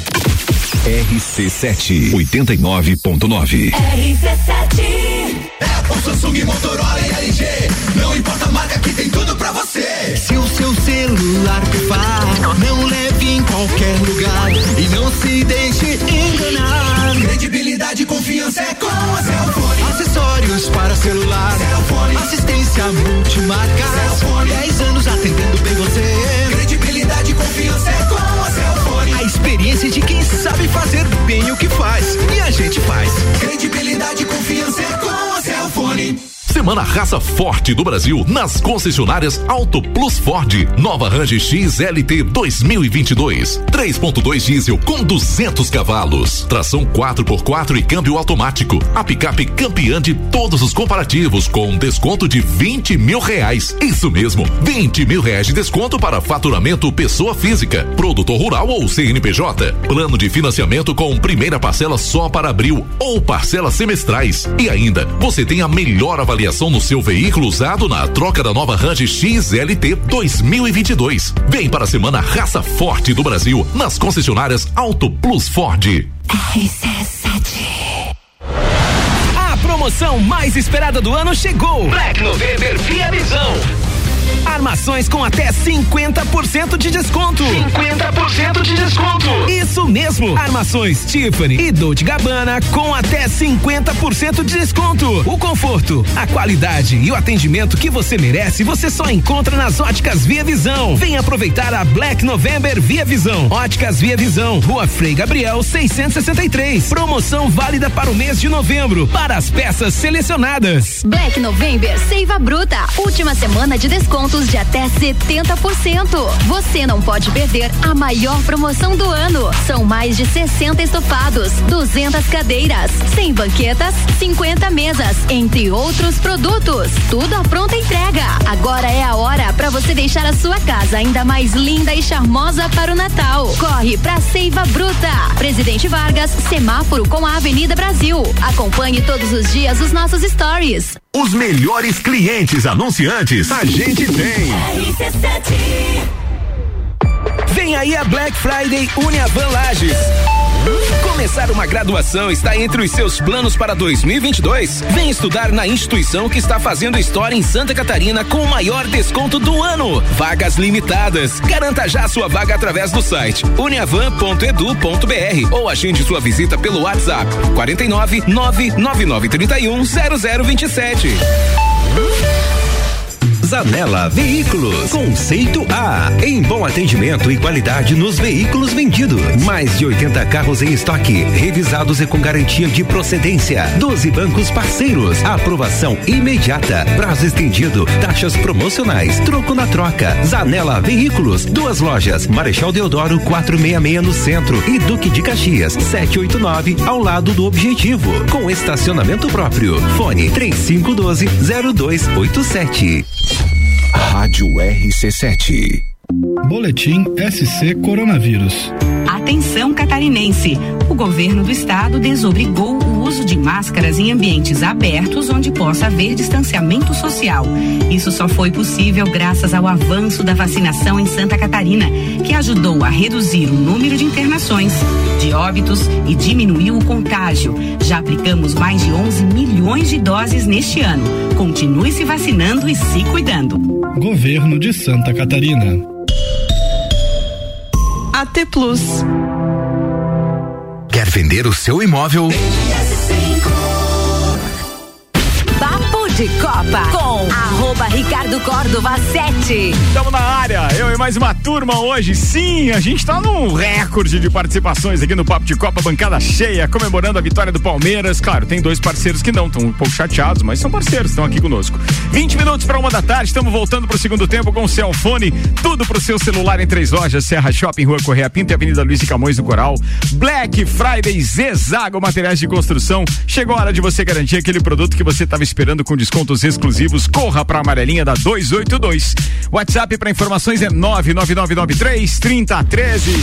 RC7 89.9. RC7 Apple, Samsung, Motorola e LG. Não importa a marca, que tem tudo pra você. Se o seu celular pifar, não leve em qualquer lugar e não se deixe enganar. Credibilidade e confiança é com a Cellfone. Acessórios para celular, Cellfone. Assistência multimarca, Cellfone. 10 anos atendendo bem você. Credibilidade e confiança é com a Cellfone. A experiência de quem sabe fazer bem o que faz, e a gente faz. Credibilidade e confiança é com a Cellfone. Semana Raça Forte do Brasil nas concessionárias Auto Plus Ford. Nova Range XLT 2022. 3.2 diesel com 200 cavalos. Tração 4x4 e câmbio automático. A picape campeã de todos os comparativos com desconto de R$20 mil. Isso mesmo, R$20 mil de desconto para faturamento pessoa física, produtor rural ou CNPJ. Plano de financiamento com primeira parcela só para abril ou parcelas semestrais. E ainda, você tem a melhor avaliação no seu veículo usado na troca da nova Range XLT 2022. Vem para a Semana Raça Forte do Brasil nas concessionárias Auto Plus Ford. A promoção mais esperada do ano chegou. Black November Via Visão. Armações com até 50% de desconto. 50% de desconto. Isso mesmo. Armações Tiffany e Dolce & Gabbana com até 50% de desconto. O conforto, a qualidade e o atendimento que você merece, você só encontra nas Óticas Via Visão. Vem aproveitar a Black November Via Visão. Óticas Via Visão, Rua Frei Gabriel 663. Promoção válida para o mês de novembro, para as peças selecionadas. Black November Seiva Bruta. Última semana de descontos de até 70%. Você não pode perder a maior promoção do ano. São mais de 60 estofados, 200 cadeiras, 100 banquetas, 50 mesas, entre outros produtos. Tudo à pronta entrega. Agora é a hora para você deixar a sua casa ainda mais linda e charmosa para o Natal. Corre pra Seiva Bruta. Presidente Vargas, semáforo com a Avenida Brasil. Acompanhe todos os dias os nossos stories. Os melhores clientes anunciantes a gente tem. Vem aí a Black Friday Uniavan Lages. Começar uma graduação está entre os seus planos para 2022? Vem estudar na instituição que está fazendo história em Santa Catarina com o maior desconto do ano. Vagas limitadas. Garanta já sua vaga através do site uniavan.edu.br ou agende sua visita pelo WhatsApp 49 99931 0027. Zanela Veículos, conceito A, em bom atendimento e qualidade nos veículos vendidos. Mais de 80 carros em estoque, revisados e com garantia de procedência. 12 bancos parceiros, aprovação imediata, prazo estendido, taxas promocionais, troco na troca. Zanela Veículos, 2 lojas, Marechal Deodoro 466 no centro e Duque de Caxias 789 ao lado do Objetivo, com estacionamento próprio. Fone 3512-0287. Rádio RC7. Boletim SC Coronavírus. Atenção catarinense, o governo do estado desobrigou o uso de máscaras em ambientes abertos onde possa haver distanciamento social. Isso só foi possível graças ao avanço da vacinação em Santa Catarina, que ajudou a reduzir o número de internações, de óbitos e diminuiu o contágio. Já aplicamos mais de 11 milhões de doses neste ano. Continue se vacinando e se cuidando. Governo de Santa Catarina. AT Plus. Quer vender o seu imóvel? Papo de Copa com @Ricardo Córdova 7. Estamos na área, eu e mais uma turma hoje. Sim, a gente tá num recorde de participações aqui no Papo de Copa, bancada cheia, comemorando a vitória do Palmeiras. Claro, tem 2 parceiros que não, estão um pouco chateados, mas são parceiros, estão aqui conosco. 20 minutos para 1 da tarde, estamos voltando pro segundo tempo com o Celfone, tudo pro seu celular em 3 lojas, Serra Shopping, Rua Correia Pinto e Avenida Luiz de Camões do Coral. Black Friday Zezago Materiais de Construção. Chegou a hora de você garantir aquele produto que você estava esperando com descontos exclusivos. Corra pra amarelinha da 282. WhatsApp para informações é 99993-3013.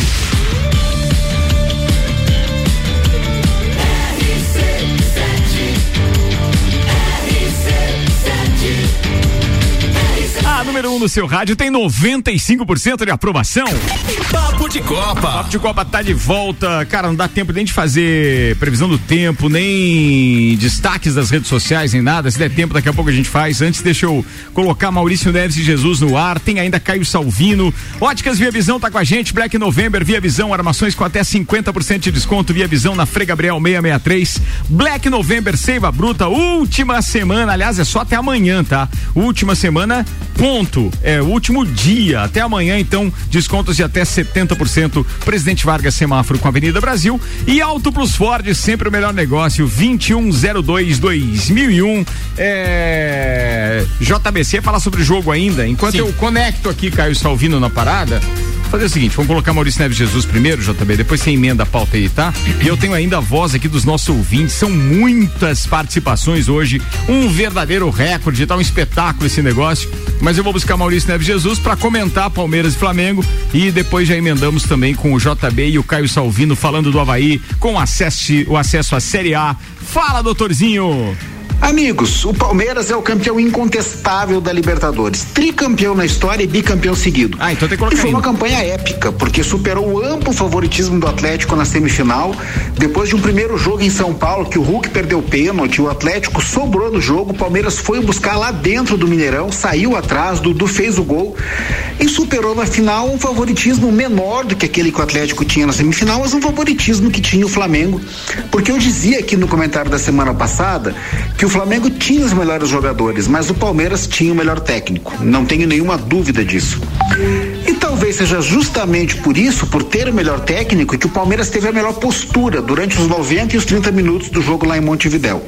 A número 1 no seu rádio tem 95% de aprovação. Papo de Copa. Papo de Copa tá de volta. Cara, não dá tempo nem de fazer previsão do tempo, nem destaques das redes sociais, nem nada. Se der tempo, daqui a pouco a gente faz. Antes, deixa eu colocar Maurício Neves e Jesus no ar. Tem ainda Caio Salvino. Óticas Via Visão tá com a gente. Black November Via Visão, armações com até 50% de desconto. Via Visão na Frei Gabriel 663. Black November Seiva Bruta, última semana. Aliás, é só até amanhã, tá? Última semana com desconto. É o último dia. Até amanhã, então, descontos de até 70%. Presidente Vargas, semáforo com a Avenida Brasil. E Auto Plus Ford, sempre o melhor negócio. 2102-2001. JBC, falar sobre o jogo ainda. Enquanto eu conecto aqui, Caio Salvino na parada. Fazer o seguinte, vamos colocar Maurício Neves Jesus primeiro, JB, depois você emenda a pauta aí, tá? E eu tenho ainda a voz aqui dos nossos ouvintes, são muitas participações hoje, um verdadeiro recorde, tá um espetáculo esse negócio, mas eu vou buscar Maurício Neves Jesus para comentar Palmeiras e Flamengo e depois já emendamos também com o JB e o Caio Salvino falando do Avaí, com o acesso à Série A. Fala, doutorzinho! Amigos, o Palmeiras é o campeão incontestável da Libertadores, tricampeão na história e bicampeão seguido. Então tem que colocar. E foi uma campanha épica, porque superou o amplo favoritismo do Atlético na semifinal, depois de um primeiro jogo em São Paulo, que o Hulk perdeu o pênalti, o Atlético sobrou no jogo, o Palmeiras foi buscar lá dentro do Mineirão, saiu atrás, Dudu fez o gol e superou na final um favoritismo menor do que aquele que o Atlético tinha na semifinal, mas um favoritismo que tinha o Flamengo, porque eu dizia aqui no comentário da semana passada que o Flamengo tinha os melhores jogadores, mas o Palmeiras tinha o melhor técnico. Não tenho nenhuma dúvida disso. E talvez seja justamente por isso, por ter o melhor técnico, que o Palmeiras teve a melhor postura durante os 90 e os 30 minutos do jogo lá em Montevidéu.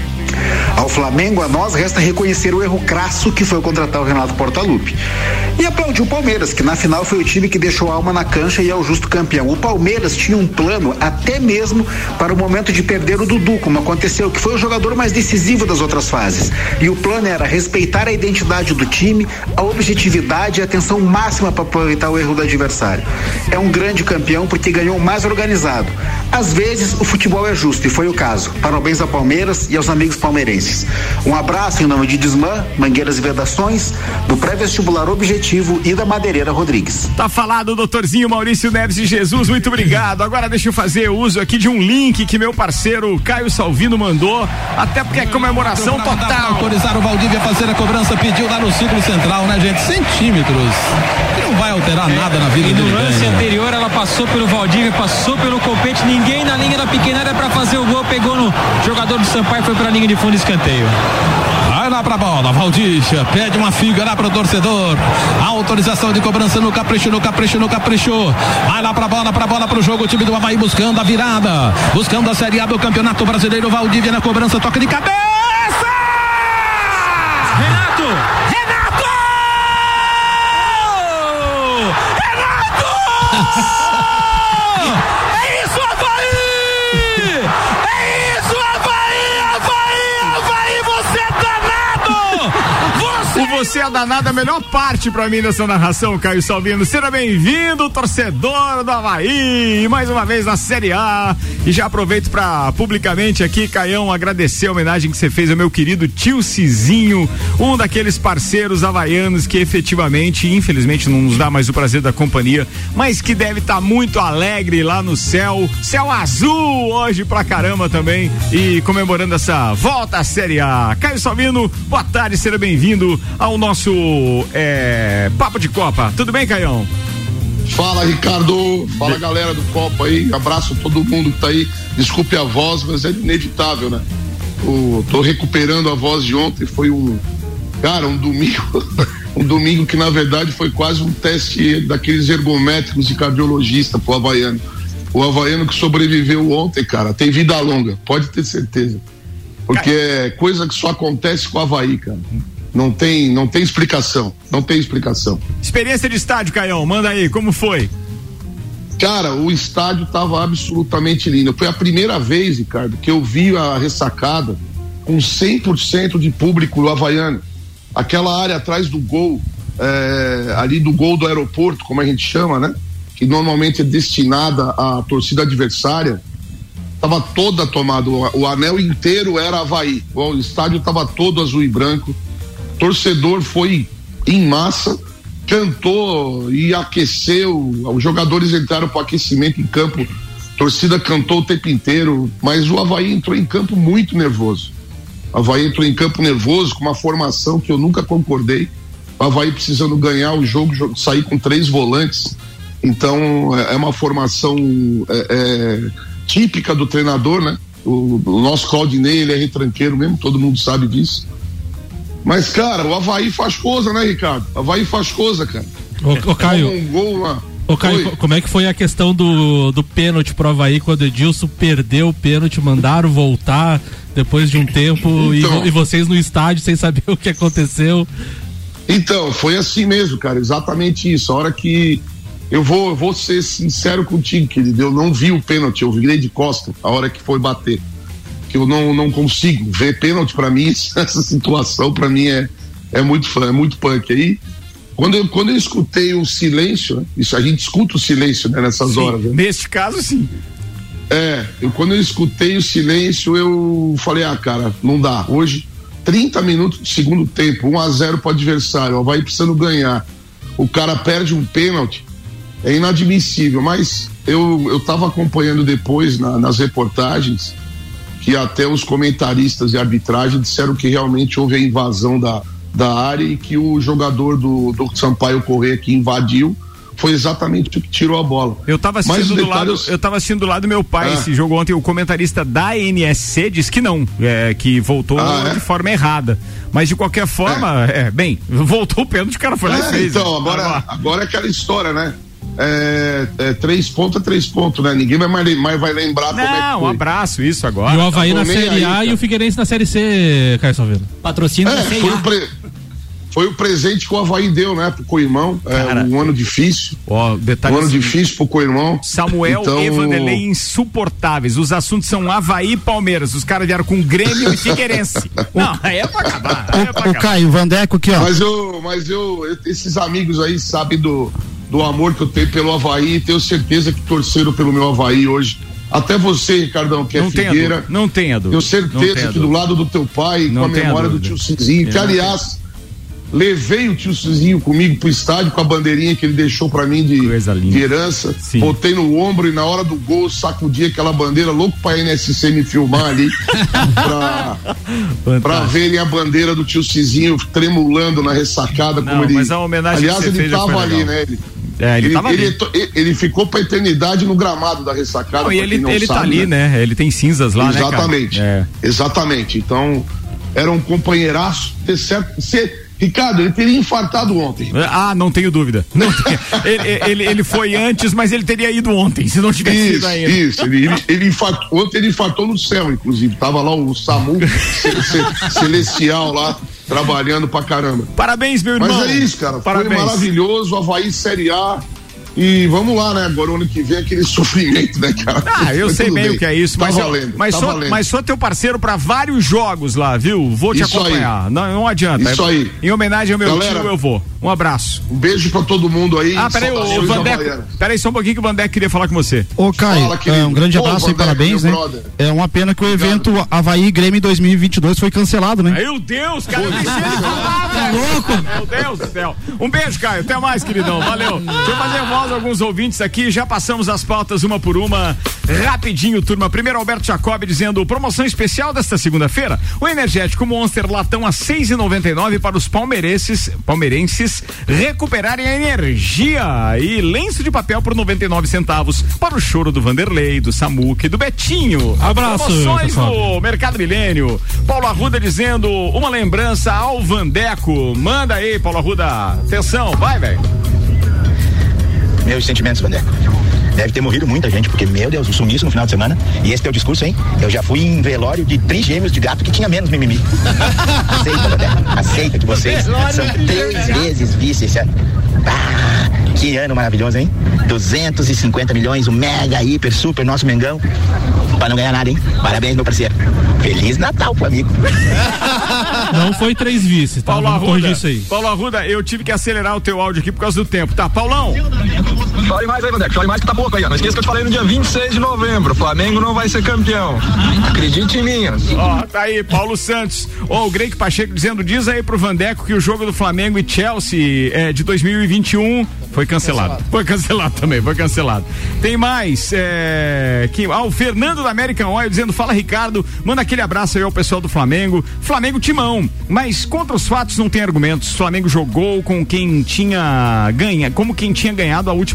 Ao Flamengo, a nós, resta reconhecer o erro crasso que foi contratar o Renato Portaluppi. E aplaudir o Palmeiras, que na final foi o time que deixou a alma na cancha e é o justo campeão. O Palmeiras tinha um plano até mesmo para o momento de perder o Dudu, como aconteceu, que foi o jogador mais decisivo das outras fases. E o plano era respeitar a identidade do time, a objetividade e a atenção máxima para aproveitar o erro do adversário. É um grande campeão porque ganhou mais organizado. Às vezes, o futebol é justo e foi o caso. Parabéns ao Palmeiras e aos amigos palmeirenses. Um abraço em nome de Desmã, Mangueiras e Vedações, do Pré-Vestibular Objetivo e da Madeireira Rodrigues. Tá falado, doutorzinho Maurício Neves de Jesus, muito obrigado. Agora deixa eu fazer uso aqui de um link que meu parceiro Caio Salvino mandou, até porque é comemoração total. Autorizaram o Valdívia a fazer a cobrança, pediu lá no círculo central, né, gente? Centímetros. Que não vai alterar nada na vida dele. No lance anterior, ela passou pelo Valdívia, passou pelo Copete, ninguém na linha da pequena área pra fazer o gol, pegou no jogador do Sampaio, foi pra linha de fundo, escanteio. Vai lá pra bola, Valdívia pede uma figa lá pro torcedor, autorização de cobrança no capricho. Vai lá pra bola pro jogo, o time do Avaí buscando a virada, buscando a Série A do Campeonato Brasileiro. Valdívia na cobrança, toca de cabeça, Renato! É isso, Avaí! É isso, Avaí! Você é danado! Você é danado, a melhor parte pra mim dessa narração, Caio Salvino. Seja bem-vindo, torcedor do Avaí, mais uma vez na Série A. E já aproveito pra publicamente aqui, Caião, agradecer a homenagem que você fez ao meu querido tio Cizinho, um daqueles parceiros havaianos que efetivamente, infelizmente, não nos dá mais o prazer da companhia, mas que deve estar muito alegre lá no céu azul hoje pra caramba também, e comemorando essa volta à Série A. Caio Salvino, boa tarde, seja bem-vindo ao nosso Papo de Copa. Tudo bem, Caião? Fala, Ricardo. Fala, galera do Copa aí. Abraço a todo mundo que tá aí. Desculpe a voz, mas é inevitável, né? Tô recuperando a voz de ontem. Foi um domingo um domingo que na verdade foi quase um teste daqueles ergométricos de cardiologista pro havaiano. O havaiano que sobreviveu ontem, cara, tem vida longa, pode ter certeza. Porque é coisa que só acontece com o Avaí, cara. Não tem explicação. Experiência de estádio, Caião, manda aí, como foi? Cara, o estádio tava absolutamente lindo. Foi a primeira vez, Ricardo, que eu vi a ressacada com 100% de público havaiano. Aquela área atrás do gol, ali do gol do aeroporto, como a gente chama, né? Que normalmente é destinada à torcida adversária, tava toda tomada. O anel inteiro era Avaí. O estádio tava todo azul e branco. Torcedor foi em massa, cantou e aqueceu. Os jogadores entraram para aquecimento em campo, a torcida cantou o tempo inteiro, mas o Avaí entrou em campo muito nervoso. O Avaí entrou em campo nervoso, com uma formação que eu nunca concordei. O Avaí precisando ganhar o jogo, sair com 3 volantes. Então é uma formação típica do treinador, né? O nosso Claudinei, ele é retranqueiro mesmo, todo mundo sabe disso. Mas, cara, o Avaí faz coisa, né, Ricardo? Avaí faz coisa, cara. Ô Caio. Um gol lá. Ô, Caio, como é que foi a questão do pênalti pro Avaí quando o Edilson perdeu o pênalti, mandaram voltar depois de um tempo e vocês no estádio sem saber o que aconteceu? Então, foi assim mesmo, cara, exatamente isso. A hora que eu vou ser sincero contigo, querido, eu não vi o pênalti, eu virei de costa a hora que foi bater. Que eu não consigo ver pênalti pra mim, essa situação pra mim é muito punk. Aí, quando eu escutei o silêncio, né? Isso, a gente escuta o silêncio, né, nessas horas. Né? Neste caso, sim. Quando eu escutei o silêncio, eu falei, cara, não dá. Hoje, 30 minutos de segundo tempo, 1-0 pro adversário, ó, vai precisando ganhar. O cara perde um pênalti, é inadmissível. Mas eu tava acompanhando depois nas reportagens que até os comentaristas de arbitragem disseram que realmente houve a invasão da área e que o jogador do Sampaio Corrêa que invadiu foi exatamente o que tirou a bola. Eu tava assistindo do lado do meu pai esse jogo ontem, o comentarista da NSC disse que não, que voltou de forma errada. Mas de qualquer forma, voltou o pênalti, o cara foi lá e fez. Então, agora é aquela história, né? 3 pontos é 3 pontos, né? Ninguém vai lembrar como é que foi. Um abraço, isso agora. E o Avaí na Série A e o Figueirense na Série C, Caio Salveiro. Patrocínio da Série A. Foi o presente que o Avaí deu, né, pro Coirmão. Um ano difícil. Detalhe, um ano difícil pro Coirmão. Samuel e Vanderlei insuportáveis. Os assuntos são Avaí e Palmeiras. Os caras vieram com Grêmio e Figueirense. Não, aí é pra acabar. O Caio, o Vandeco aqui, ó. Mas esses amigos aí sabem do amor que eu tenho pelo Avaí, e tenho certeza que torceram pelo meu Avaí hoje. Até você, Ricardão, que é Figueira. Não tenha dúvida. Tenho certeza que do lado do teu pai, com a memória do tio Cizinho, que aliás, levei o tio Cizinho comigo pro estádio com a bandeirinha que ele deixou pra mim de herança. Sim. Botei no ombro e na hora do gol sacudi aquela bandeira, louco pra NSC me filmar ali pra verem a bandeira do tio Cizinho tremulando na ressacada. Mas a homenagem aliás, ele tava ali, né? Ele ficou pra eternidade no gramado da ressacada. Ele tá ali, né? Ele tem cinzas lá, exatamente, né, cara? Exatamente. Então, era um companheiraço. Ricardo, ele teria infartado ontem. Não tenho dúvida. Ele foi antes, mas ele teria ido ontem, se não tivesse ido ainda. Isso, ontem ele infartou no céu, inclusive. Tava lá o SAMU celestial lá, trabalhando pra caramba. Parabéns, meu irmão. Mas é isso, cara. Parabéns. Foi maravilhoso, Avaí Série A. E vamos lá, né? Agora o ano que vem aquele sofrimento, né, cara? Eu sei bem o que é isso, mas valendo, mas sou teu parceiro pra vários jogos lá, viu? Vou te acompanhar. Não adianta. Isso aí. Em homenagem ao meu tio, eu vou. Um abraço. Um beijo pra todo mundo aí. Peraí, o Vandeco. Peraí só um pouquinho que o Vandeco queria falar com você. Ô, Caio, um grande abraço e parabéns, né? Brother. É uma pena que o evento Avaí Grêmio 2022 foi cancelado, né? Meu Deus, cara, tá louco. Meu Deus do céu. Um beijo, Caio. Até mais, queridão. Valeu. Deixa eu fazer voz a alguns ouvintes aqui. Já passamos as pautas uma por uma. Rapidinho, turma. Primeiro, Alberto Jacob dizendo: promoção especial desta segunda-feira. O energético Monster latão a 6,99 para os palmeirenses recuperarem a energia. E lenço de papel por 99 centavos para o choro do Vanderlei, do Samuca e do Betinho. Abraço. Promoções do Mercado Milênio. Paulo Arruda dizendo: uma lembrança ao Vandeco. Manda aí, Paulo Arruda. Atenção, vai, velho. Meus sentimentos, Vandeco. Deve ter morrido muita gente, porque, meu Deus, um sumiço no final de semana. E esse teu discurso, hein? Eu já fui em velório de trigêmeos de gato que tinha menos mimimi. Aceita, Vandeco. Aceita que vocês são 3 vezes vice. Que ano maravilhoso, hein? 250 milhões, o mega, hiper, super, nosso Mengão. Pra não ganhar nada, hein? Parabéns, meu parceiro. Feliz Natal pro amigo. Não foi 3 vices, tá? Vamos corrigir isso aí. Paulo Arruda, eu tive que acelerar o teu áudio aqui por causa do tempo, tá? Paulão? Fale mais aí, Vandeco. Fale mais que tá pouco aí. Não esqueça que eu te falei no dia 26 de novembro. O Flamengo não vai ser campeão. Acredite em mim. Tá aí, Paulo Santos. O Greg Pacheco dizendo: diz aí pro Vandeco que o jogo do Flamengo e Chelsea de 2021 foi cancelado. Foi cancelado também, foi cancelado. Tem mais, o Fernando da American Oil dizendo: fala, Ricardo, manda aquele abraço aí ao pessoal do Flamengo. Flamengo timão, mas contra os fatos não tem argumentos. O Flamengo jogou com quem tinha como quem tinha ganhado a última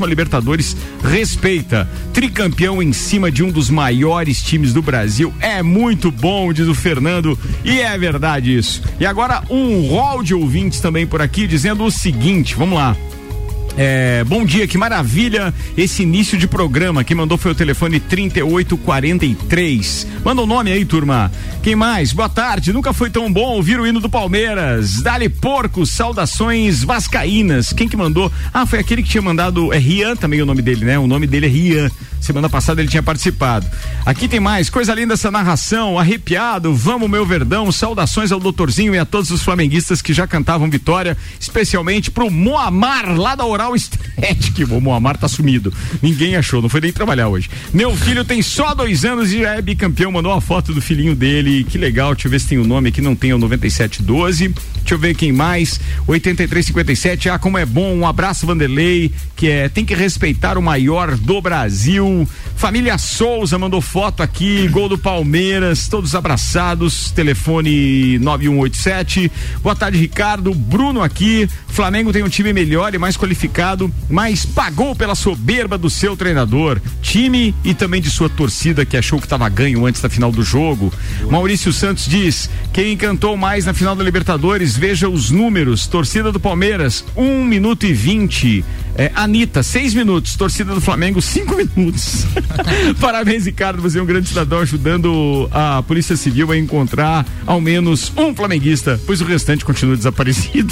Libertadores, respeita. Tricampeão em cima de um dos maiores times do Brasil. É muito bom, diz o Fernando, e é verdade isso. E agora um rol de ouvintes também por aqui dizendo o seguinte, vamos lá. Bom dia, que maravilha esse início de programa. Quem mandou foi o telefone 3843. Manda o nome aí, turma. Quem mais? Boa tarde, nunca foi tão bom ouvir o hino do Palmeiras. Dali Porco, saudações vascaínas. Quem que mandou? Foi aquele que tinha mandado, Rian também o nome dele, né? O nome dele é Rian. Semana passada ele tinha participado. Aqui tem mais, coisa linda essa narração, arrepiado, vamos meu Verdão, saudações ao doutorzinho e a todos os flamenguistas que já cantavam vitória, especialmente pro Moamar, lá da Oral Estética. O Moamar tá sumido, ninguém achou, não foi nem trabalhar hoje. Meu filho tem só 2 anos e já é bicampeão, mandou uma foto do filhinho dele, que legal, deixa eu ver se tem o nome aqui, não tem, o 9712, deixa eu ver quem mais, 8357, como é bom, um abraço Vanderlei, que tem que respeitar o maior do Brasil. Família Souza mandou foto aqui, gol do Palmeiras, todos abraçados, telefone 9187. Boa tarde, Ricardo. Bruno aqui. Flamengo tem um time melhor e mais qualificado, mas pagou pela soberba do seu treinador, time e também de sua torcida que achou que estava ganho antes da final do jogo. Maurício Santos diz: quem encantou mais na final da Libertadores, veja os números. Torcida do Palmeiras, 1 minuto e 20. Anitta, 6 minutos. Torcida do Flamengo, 5 minutos. Parabéns, Ricardo, você é um grande cidadão ajudando a Polícia Civil a encontrar ao menos um flamenguista, pois o restante continua desaparecido.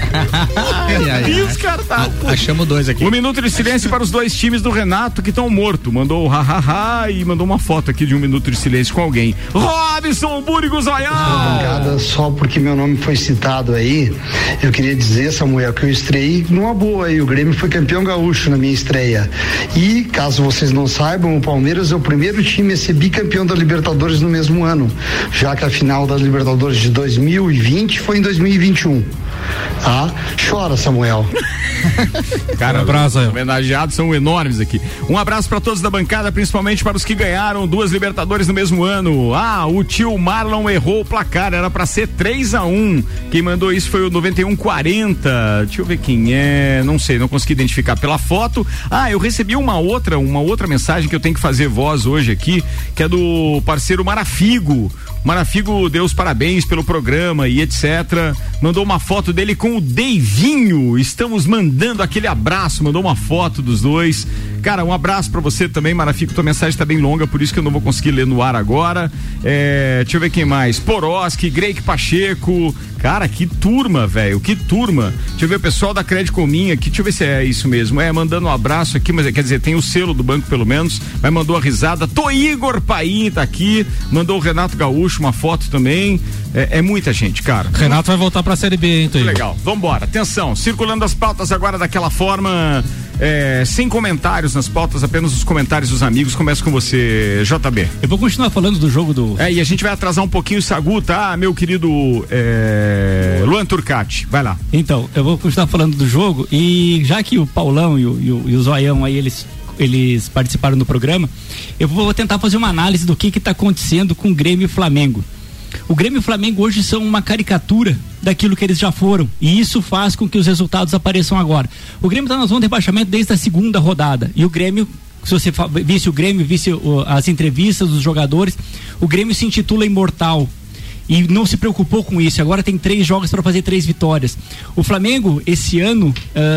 E os caras achamos 2 aqui. 1 minuto de silêncio para os 2 times do Renato que estão mortos. Mandou o hahaha e mandou uma foto aqui de 1 minuto de silêncio com alguém. Robson Búrigo Zoião! Só porque meu nome foi citado aí, eu queria dizer, Samuel, que eu estreiei numa boa aí. O Grêmio foi campeão gaúcho na minha estreia. E, caso vocês não saibam, o Palmeiras é o primeiro time a ser bicampeão da Libertadores no mesmo ano, já que a final da Libertadores de 2020 foi em 2021. Chora, Samuel. Cara, abraço, homenageados são enormes aqui. Um abraço para todos da bancada, principalmente para os que ganharam 2 Libertadores no mesmo ano. O tio Marlon errou o placar, era para ser 3-1. Quem mandou isso foi o 9140. Deixa eu ver quem é, não sei, não consegui identificar pela foto. Eu recebi uma outra mensagem que eu tenho que fazer voz hoje aqui, que é do parceiro Marafigo. Marafigo deu os parabéns pelo programa e etc. Mandou uma foto dele com o Deivinho. Estamos mandando aquele abraço, mandou uma foto dos dois. Cara, um abraço pra você também, Marafico. Tua mensagem tá bem longa, por isso que eu não vou conseguir ler no ar agora. Deixa eu ver quem mais. Poroski, Greik Pacheco. Cara, que turma, velho, que turma. Deixa eu ver o pessoal da Credicomim aqui, deixa eu ver se é isso mesmo. Mandando um abraço aqui, mas quer dizer, tem o selo do banco pelo menos, mas mandou a risada. Igor Paim tá aqui, mandou o Renato Gaúcho uma foto também. É muita gente, cara. Renato vai voltar pra Série B, hein, Toí? Legal, vambora. Atenção, circulando as pautas agora daquela forma, sem comentários nas pautas, apenas os comentários dos amigos. Começa com você, JB. Eu vou continuar falando do jogo do... E a gente vai atrasar um pouquinho o Sagu, tá, meu querido Luan Turcati, vai lá. Então, eu vou continuar falando do jogo e já que o Paulão e o Zoião aí, eles participaram do programa, eu vou tentar fazer uma análise do que tá acontecendo com o Grêmio e Flamengo. O Grêmio e o Flamengo hoje são uma caricatura daquilo que eles já foram, e isso faz com que os resultados apareçam agora. O Grêmio está na zona de rebaixamento desde a 2ª rodada, e o Grêmio, se você visse o Grêmio, visse as entrevistas dos jogadores, o Grêmio se intitula imortal e não se preocupou com isso. Agora tem 3 jogos para fazer 3 vitórias. O Flamengo, esse ano,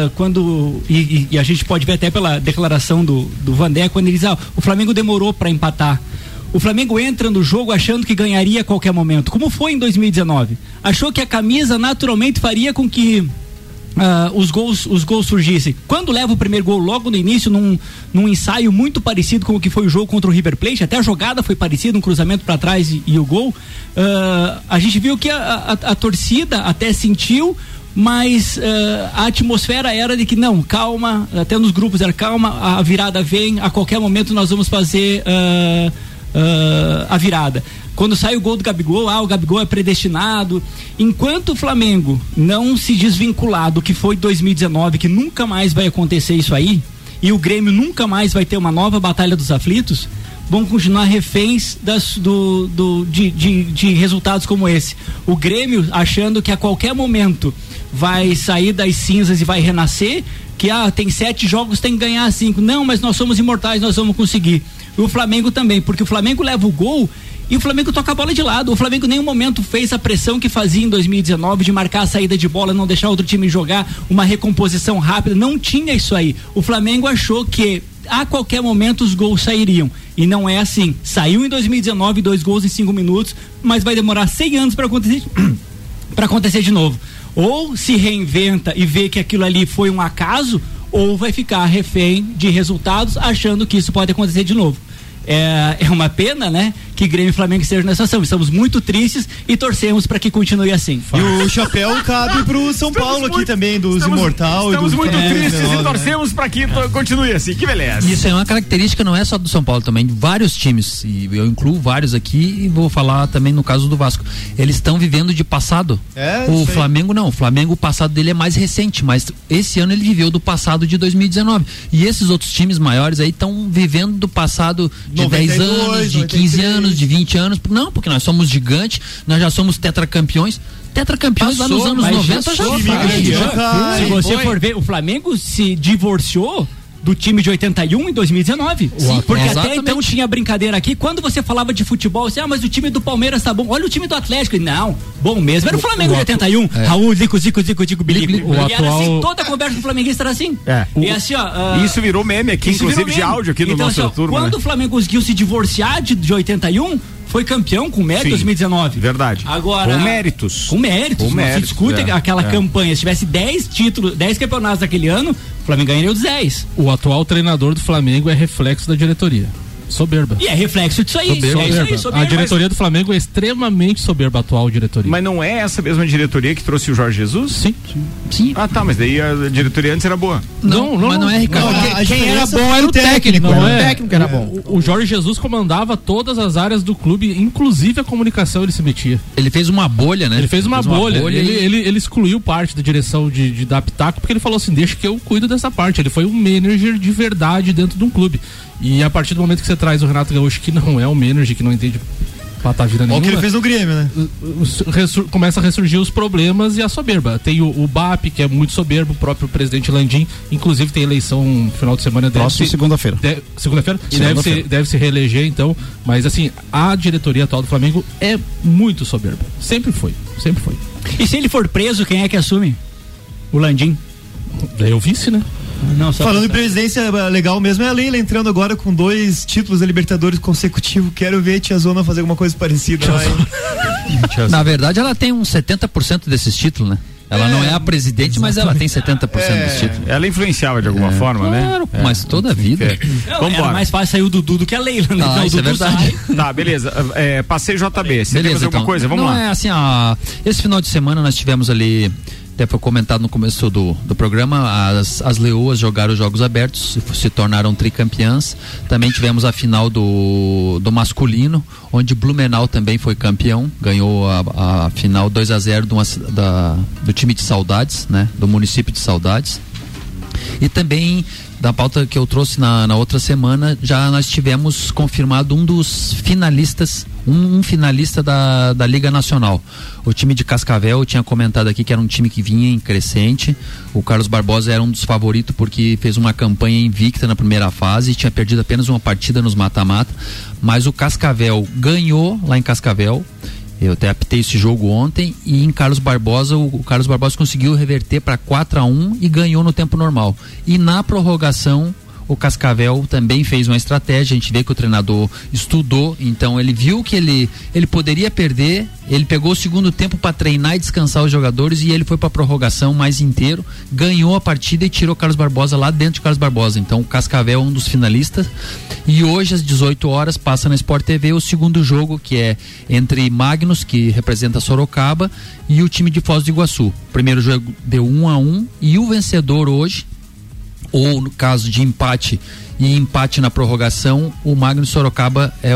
e a gente pode ver até pela declaração do Vandé, quando ele diz, o Flamengo demorou para empatar. O Flamengo entra no jogo achando que ganharia a qualquer momento, como foi em 2019. Achou que a camisa naturalmente faria com que os gols surgissem. Quando leva o primeiro gol logo no início, num ensaio muito parecido com o que foi o jogo contra o River Plate, até a jogada foi parecida, um cruzamento para trás e o gol, a gente viu que a torcida até sentiu, mas a atmosfera era de que não, calma, até nos grupos era calma, a virada vem, a qualquer momento nós vamos fazer a virada. Quando sai o gol do Gabigol, o Gabigol é predestinado. Enquanto o Flamengo não se desvincular do que foi 2019, que nunca mais vai acontecer isso aí, e o Grêmio nunca mais vai ter uma nova batalha dos aflitos, vão continuar reféns de resultados como esse. O Grêmio achando que a qualquer momento vai sair das cinzas e vai renascer, que tem 7 jogos, tem que ganhar 5. Não, mas nós somos imortais, nós vamos conseguir. E o Flamengo também, porque o Flamengo leva o gol e o Flamengo toca a bola de lado. O Flamengo em nenhum momento fez a pressão que fazia em 2019 de marcar a saída de bola, não deixar outro time jogar, uma recomposição rápida. Não tinha isso aí. O Flamengo achou que a qualquer momento os gols sairiam. E não é assim. Saiu em 2019 2 gols em 5 minutos, mas vai demorar 100 anos para acontecer de novo. Ou se reinventa e vê que aquilo ali foi um acaso, ou vai ficar refém de resultados achando que isso pode acontecer de novo. É uma pena, né, que Grêmio e Flamengo estejam nessa situação. Estamos muito tristes e torcemos para que continue assim. E o chapéu cabe pro São Paulo aqui também, dos Imortal. Estamos muito tristes e torcemos para que continue assim. Que beleza. Isso é uma característica, não é só do São Paulo também, de vários times. E eu incluo vários aqui e vou falar também no caso do Vasco. Eles estão vivendo de passado. O Flamengo não. O Flamengo, o passado dele é mais recente, mas esse ano ele viveu do passado de 2019. E esses outros times maiores aí estão vivendo do passado de 10 anos, de 15 anos, de 20 anos. Não, porque nós somos gigantes, nós já somos tetracampeões. Tetracampeões lá nos anos 90 já foi. Se você for ver, o Flamengo se divorciou do time de 81 em 2019. Sim, porque até então tinha brincadeira aqui, quando você falava de futebol, você, mas o time do Palmeiras tá bom, olha o time do Atlético. Não, bom mesmo era o Flamengo de 81. Raul, Zico, Bilico. E era assim, toda a conversa do flamenguista era assim. E assim, isso virou meme aqui, inclusive de áudio aqui no nosso turno. Quando o Flamengo conseguiu se divorciar de 81, foi campeão com mérito em 2019. Verdade. Agora, com méritos. Não se discute aquela campanha. Se tivesse 10 títulos, 10 campeonatos daquele ano, o Flamengo ganharia os 10. O atual treinador do Flamengo é reflexo da diretoria. Soberba. E é reflexo disso aí. Soberba. A diretoria do Flamengo é extremamente soberba, a atual diretoria. Mas não é essa mesma diretoria que trouxe o Jorge Jesus? Sim. Ah, tá, mas daí a diretoria antes era boa. Não, mas não é, Ricardo. Quem era bom era o técnico. O técnico era bom. O Jorge Jesus comandava todas as áreas do clube, inclusive a comunicação ele se metia. Ele fez uma bolha, né? Ele fez uma bolha. Ele excluiu parte da direção de dar pitaco, porque ele falou assim, deixa que eu cuido dessa parte. Ele foi um manager de verdade dentro de um clube. E a partir do momento que você traz o Renato Gaúcho, que não é um manager, que não entende patavina nenhuma. O que ele fez no Grêmio, né? Começa a ressurgir os problemas e a soberba. Tem o BAP, que é muito soberbo, o próprio presidente Landim, inclusive tem eleição no final de semana. Próximo segunda-feira. Segunda-feira? E deve se reeleger, então. Mas assim, a diretoria atual do Flamengo é muito soberba. Sempre foi. E se ele for preso, quem é que assume? O Landim? É o vice, né? Não, falando em presidência, legal mesmo é a Leila entrando agora com 2 títulos da Libertadores consecutivos. Quero ver a Tia Zona fazer alguma coisa parecida lá. Na verdade, ela tem uns 70% desses títulos, né? Ela não é a presidente, mas ela tem 70% dos títulos. Ela influenciava de alguma forma, claro, né? mas toda a vida. Era mais fácil sair o Dudu do que a Leila, né? Isso é verdade. Tá, beleza. Passei JB. Você quer fazer alguma coisa? Vamos lá. Não, é assim, esse final de semana nós tivemos ali, até foi comentado no começo do programa, as Leoas jogaram os jogos abertos, se tornaram tricampeãs. Também tivemos a final do masculino, onde Blumenau também foi campeão, ganhou a final 2-0 do time de Saudades, né? Do município de Saudades. E também, da pauta que eu trouxe na outra semana, já nós tivemos confirmado um dos finalistas, um finalista da Liga Nacional. O time de Cascavel, eu tinha comentado aqui que era um time que vinha em crescente. O Carlos Barbosa era um dos favoritos porque fez uma campanha invicta na primeira fase e tinha perdido apenas uma partida nos mata-mata. Mas o Cascavel ganhou lá em Cascavel. Eu até apitei esse jogo ontem e em Carlos Barbosa, o Carlos Barbosa conseguiu reverter para 4-1 e ganhou no tempo normal. E na prorrogação, o Cascavel também fez uma estratégia, a gente vê que o treinador estudou, então ele viu que ele poderia perder, ele pegou o segundo tempo para treinar e descansar os jogadores e ele foi para a prorrogação mais inteiro, ganhou a partida e tirou o Carlos Barbosa lá dentro de Carlos Barbosa. Então o Cascavel é um dos finalistas e hoje às 18 horas passa na Sport TV o segundo jogo, que é entre Magnus, que representa Sorocaba, e o time de Foz do Iguaçu. O primeiro jogo deu 1-1 e o vencedor hoje, ou no caso de empate e empate na prorrogação, o Magnus Sorocaba é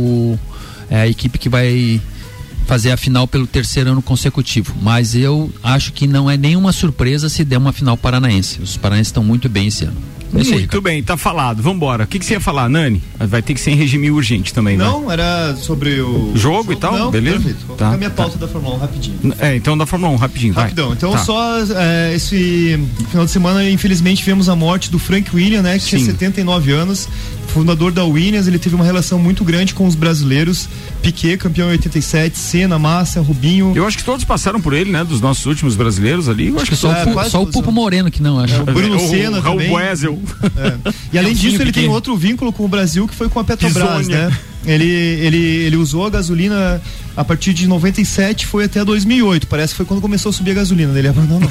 a equipe que vai fazer a final pelo 3º ano consecutivo, mas eu acho que não é nenhuma surpresa se der uma final paranaense. Os paranaenses estão muito bem esse ano. Muito bem, tá falado. Vambora. O que você ia falar, Nani? Vai ter que ser em regime urgente também, Não, era sobre o jogo e tal, não, beleza? Perfeito. Vou pegar minha pauta da Fórmula 1 rapidinho. Então da Fórmula 1, rapidinho, Rapidão. vai. Então só esse final de semana, infelizmente, vemos a morte do Frank Williams, né? Que tinha 79 anos, fundador da Williams. Ele teve uma relação muito grande com os brasileiros. Piquet, campeão em 87, Senna, Massa, Rubinho. Eu acho que todos passaram por ele, né? Dos nossos últimos brasileiros ali. Eu acho que só o Pupo Moreno que não, acho. O Bruno Senna também. O Wesel. E além disso, ele tem outro vínculo com o Brasil, que foi com a Petrobras, né? Ele usou a gasolina a partir de 97, foi até 2008. Parece que foi quando começou a subir a gasolina. Ele abandonou.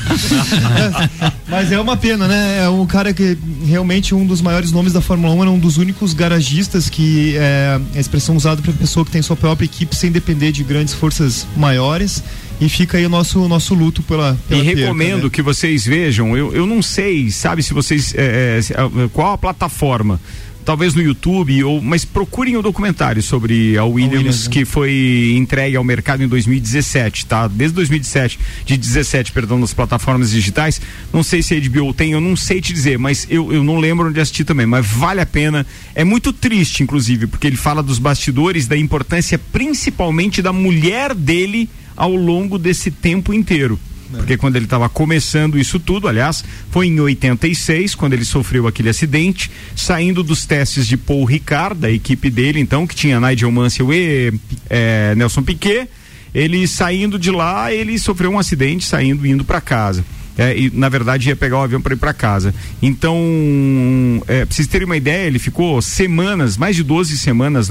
Mas é uma pena, né? É um cara que realmente um dos maiores nomes da Fórmula 1, era um dos únicos garagistas que é a expressão usada para pessoa que tem sua própria equipe sem depender de grandes forças maiores. E fica aí o nosso luto pela e recomendo perca, né? que vocês vejam. Eu não sei, sabe, se vocês qual a plataforma, talvez no YouTube, mas procurem o documentário sobre a Williams, que foi entregue ao mercado em 2017, tá? Desde 2017, nas plataformas digitais. Não sei se a HBO tem, eu não sei te dizer, mas eu não lembro onde assistir também, mas vale a pena. É muito triste, inclusive, porque ele fala dos bastidores, da importância principalmente da mulher dele ao longo desse tempo inteiro. Porque quando ele estava começando isso tudo, aliás, foi em 86, quando ele sofreu aquele acidente, saindo dos testes de Paul Ricard, da equipe dele, então, que tinha Nigel Mansell e Nelson Piquet. Ele saindo de lá, ele sofreu um acidente, indo para casa. E na verdade ia pegar o avião para ir para casa. Então, pra vocês terem uma ideia, ele ficou semanas, mais de 12 semanas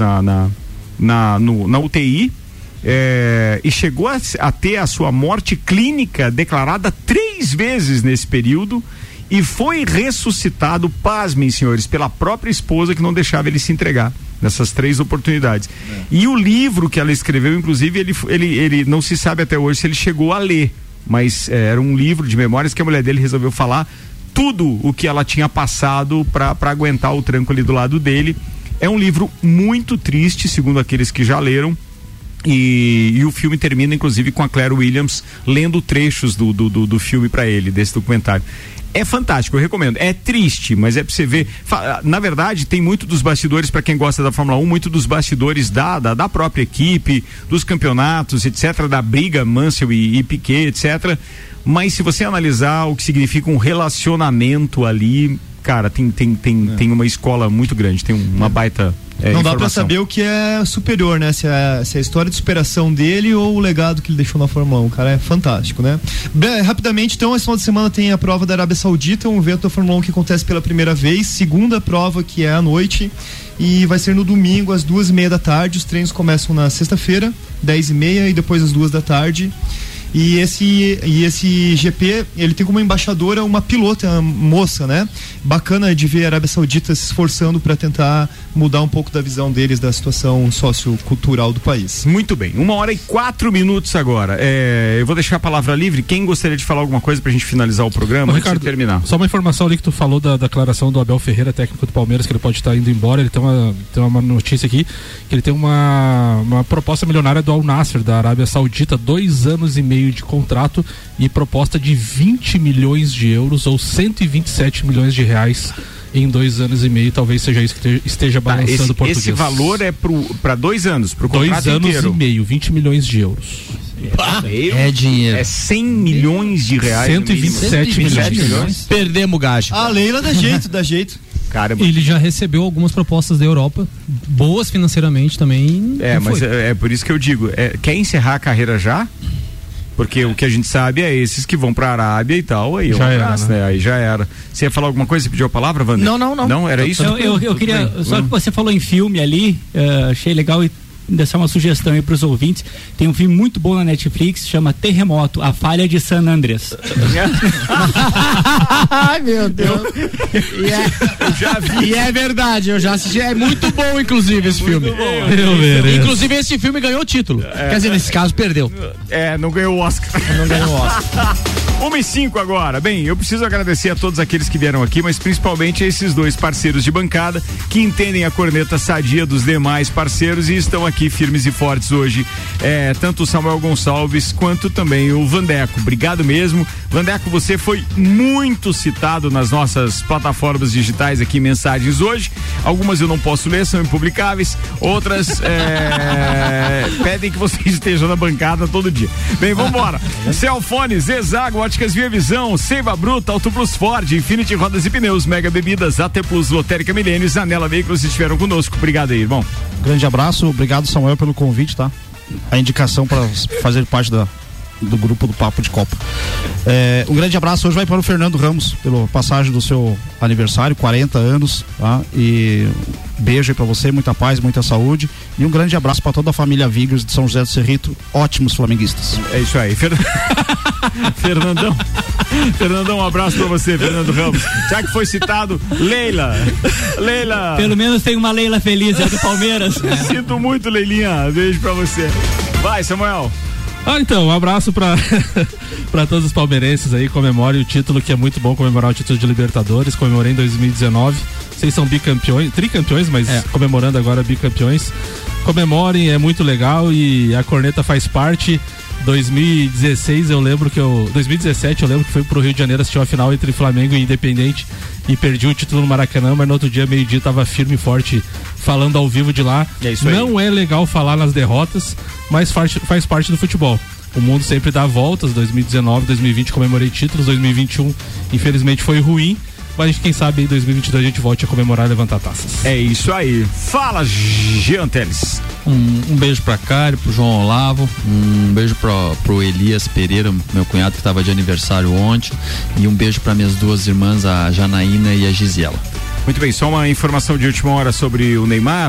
na UTI. E chegou a ter a sua morte clínica declarada 3 vezes nesse período e foi ressuscitado, pasmem, senhores, pela própria esposa, que não deixava ele se entregar nessas 3 oportunidades. E o livro que ela escreveu, inclusive, ele não se sabe até hoje se ele chegou a ler, mas era um livro de memórias que a mulher dele resolveu falar tudo o que ela tinha passado para aguentar o tranco ali do lado dele. É um livro muito triste, segundo aqueles que já leram. E o filme termina, inclusive, com a Claire Williams lendo trechos do filme para ele, desse documentário. É fantástico, eu recomendo. É triste, mas é pra você ver. Na verdade, tem muito dos bastidores, para quem gosta da Fórmula 1, muito dos bastidores da própria equipe, dos campeonatos, etc., da briga Mansell e Piquet, etc. Mas se você analisar o que significa um relacionamento ali, cara, tem uma escola muito grande, tem uma baita não dá pra saber o que é superior, né? Se é a história de superação dele ou o legado que ele deixou na Fórmula 1. O cara é fantástico, né? Rapidamente, então, esse final de semana tem a prova da Arábia Saudita, um evento da Fórmula 1 que acontece pela primeira vez, segunda prova, que é à noite, e vai ser no domingo às 2:30 da tarde. Os treinos começam na sexta-feira, 10:30, e depois às 2 da tarde. E esse GP, ele tem como embaixadora uma pilota moça, né? Bacana de ver a Arábia Saudita se esforçando para tentar mudar um pouco da visão deles da situação sociocultural do país. Muito bem, 1h04 agora. Eu vou deixar a palavra livre. Quem gostaria de falar alguma coisa pra gente finalizar o programa? Ricardo, terminar. Só uma informação ali que tu falou da declaração do Abel Ferreira, técnico do Palmeiras, que ele pode estar indo embora. Ele tem uma notícia aqui, que ele tem uma proposta milionária do Al Nassr, da Arábia Saudita, 2 anos e meio de contrato e proposta de 20 milhões de euros ou 127 milhões de reais em 2 anos e meio. Talvez seja isso que esteja balançando o português. Esse valor é para 2 anos, pro contrato 2 anos inteiro. e meio, 20 milhões de euros. É dinheiro. É 100 milhões de reais. 127 milhões. Perdemos o gajo. A Leila dá jeito. Caramba. Ele já recebeu algumas propostas da Europa, boas financeiramente também. Mas é por isso que eu digo, quer encerrar a carreira já? Porque o que a gente sabe é esses que vão pra Arábia e tal, aí já era, né? Aí já era. Você ia falar alguma coisa? Você pediu a palavra, Wander? Não. Não, era isso? Eu queria, só que você falou em filme ali, achei legal e deixar uma sugestão aí pros ouvintes. Tem um filme muito bom na Netflix, chama Terremoto, A Falha de San Andreas. Ai, meu Deus. Eu já vi. E é verdade, eu já assisti. É muito bom, inclusive, esse filme. Inclusive, esse filme ganhou o título. Quer dizer, nesse caso, perdeu. Não ganhou o Oscar. Não ganhou o Oscar. 1h05 agora. Bem, eu preciso agradecer a todos aqueles que vieram aqui, mas principalmente a esses dois parceiros de bancada que entendem a corneta sadia dos demais parceiros e estão aqui firmes e fortes hoje. Tanto o Samuel Gonçalves quanto também o Vandeco. Obrigado mesmo. Vandeco, você foi muito citado nas nossas plataformas digitais aqui, mensagens hoje. Algumas eu não posso ler, são impublicáveis. Outras pedem que você esteja na bancada todo dia. Bem, vambora. Celfone, Zezago, Óticas Via Visão, Seiva Bruta, Auto Plus Ford, Infinity Rodas e Pneus, Mega Bebidas, AT Plus, Lotérica Milênios, Anela Veículos estiveram conosco. Obrigado aí, irmão. Grande abraço, obrigado, Samuel, pelo convite, tá? A indicação para fazer parte do grupo do Papo de Copa. Um grande abraço hoje vai para o Fernando Ramos, pela passagem do seu aniversário, 40 anos, tá? E beijo aí pra você, muita paz, muita saúde e um grande abraço para toda a família Vigors de São José do Cerrito, ótimos flamenguistas. É isso aí, Fernandão, um abraço pra você, Fernando Ramos. Já que foi citado, Leila. Pelo menos tem uma Leila feliz, é do Palmeiras. Sinto muito, Leilinha, beijo pra você. Vai, Samuel. Então, um abraço pra todos os palmeirenses aí, comemore o título, que é muito bom comemorar o título de Libertadores. Comemorei em 2019, vocês são bicampeões, tricampeões, mas comemorando agora bicampeões. Comemorem, é muito legal e a corneta faz parte. 2017 eu lembro que fui pro Rio de Janeiro assistir uma final entre Flamengo e Independente e perdi o título no Maracanã, mas no outro dia, meio-dia, tava firme e forte falando ao vivo de lá. Não é legal falar nas derrotas, mas faz parte do futebol. O mundo sempre dá voltas. 2019, 2020 comemorei títulos, 2021 infelizmente foi ruim, mas quem sabe em 2022 a gente volte a comemorar e levantar taças. É isso aí. Fala, Jean Teles. Um beijo pra Cário, pro João Olavo, um beijo pro Elias Pereira, meu cunhado que estava de aniversário ontem, e um beijo para minhas duas irmãs, a Janaína e a Gisela. Muito bem, só uma informação de última hora sobre o Neymar.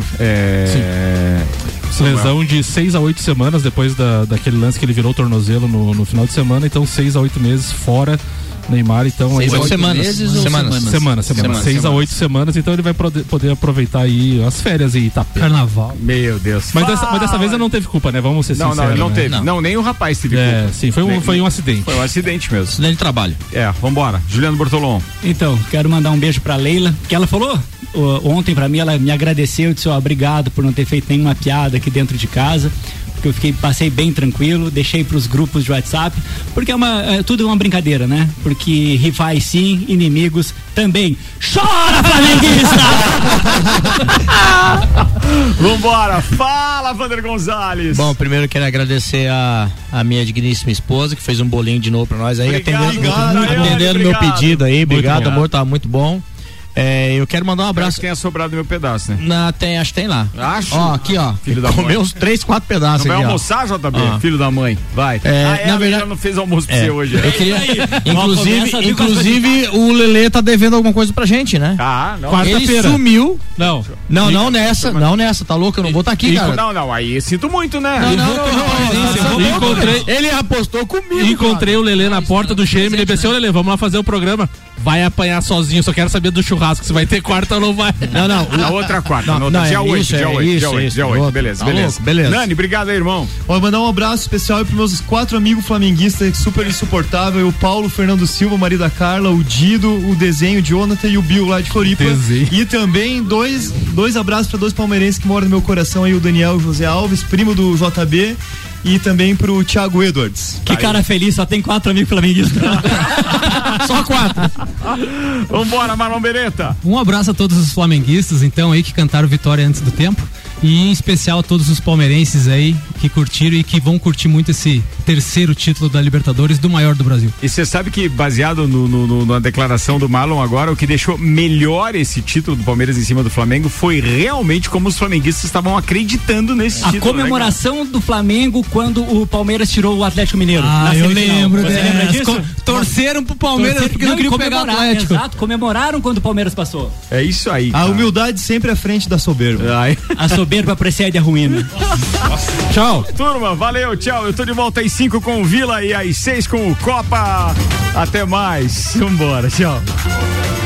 Lesão de 6 a 8 semanas depois daquele lance que ele virou o tornozelo no final de semana, então 6 a 8 meses fora. Neymar, então 6 a 8 semanas. 6 a 8 semanas, então ele vai poder aproveitar aí as férias em Itapema. Carnaval. Meu Deus. Mas dessa vez ele não teve culpa, né? Vamos ser sinceros. Não, ele não teve. Não, nem o rapaz teve culpa. Sim, foi um acidente. Foi um acidente mesmo. Acidente de trabalho. Vambora. Juliano Bortolom. Então, quero mandar um beijo pra Leila, que ela falou ontem pra mim, ela me agradeceu, disse, obrigado por não ter feito nenhuma piada aqui dentro de casa. Que eu passei bem tranquilo, deixei pros grupos de WhatsApp, porque tudo é uma brincadeira, né? Porque rivais sim, inimigos também. Chora, flamenguista! Vambora, fala, Vander Gonzalez. Bom, primeiro eu quero aguecer a minha digníssima esposa, que fez um bolinho de novo pra nós aí, atendendo meu pedido aí, obrigado, amor, tá muito bom. Eu quero mandar um abraço. Acho que tenha sobrado no meu pedaço, né? Acho que tem lá. Acho. Aqui, filho da comeu mãe. uns 3, 4 pedaços. Não aqui, vai almoçar, JB? Filho da mãe. Vai. Na verdade, ela não fez almoço pra você hoje. Eu queria, inclusive o Lelê tá devendo alguma coisa pra gente, né? Não. Ele sumiu. Não nessa, tá louco? Eu não vou estar aqui, cara. Não, aí sinto muito, né? Ele apostou comigo. Encontrei o Lelê na porta do GM, ele disse, Lelê, vamos lá fazer o programa. Vai apanhar sozinho, só quero saber do churrasco, se vai ter quarta ou não vai. Na outra quarta, dia 8, beleza. Nani, obrigado aí, irmão. Vou mandar um abraço especial aí pros meus 4 amigos flamenguistas, super insuportável, o Paulo, o Fernando Silva, o marido da Carla, o Dido, o Desenho, o Jonathan e o Bill lá de Floripa. E também dois abraços pra 2 palmeirenses que moram no meu coração aí, o Daniel e o José Alves, primo do JB. E também pro Thiago Edwards. Que cara feliz, só tem 4 amigos flamenguistas. Só 4. Vambora, Marlon Beretta. Um abraço a todos os flamenguistas, então, aí que cantaram vitória antes do tempo. E em especial a todos os palmeirenses aí que curtiram e que vão curtir muito esse terceiro título da Libertadores, do maior do Brasil. E você sabe que, baseado na declaração do Marlon agora, o que deixou melhor esse título do Palmeiras em cima do Flamengo foi realmente como os flamenguistas estavam acreditando nesse título. A comemoração do Flamengo quando o Palmeiras tirou o Atlético Mineiro. Eu lembro. Você lembra disso? Torceram pro Palmeiras porque não queriam pegar o Atlético. Exato, comemoraram quando o Palmeiras passou. É isso aí, cara. A humildade sempre à frente da soberba. A soberba precede a ruína. Tchau. Turma, valeu, tchau. Eu tô de volta às 5 com o Vila e às 6 com o Copa. Até mais. Vambora, tchau.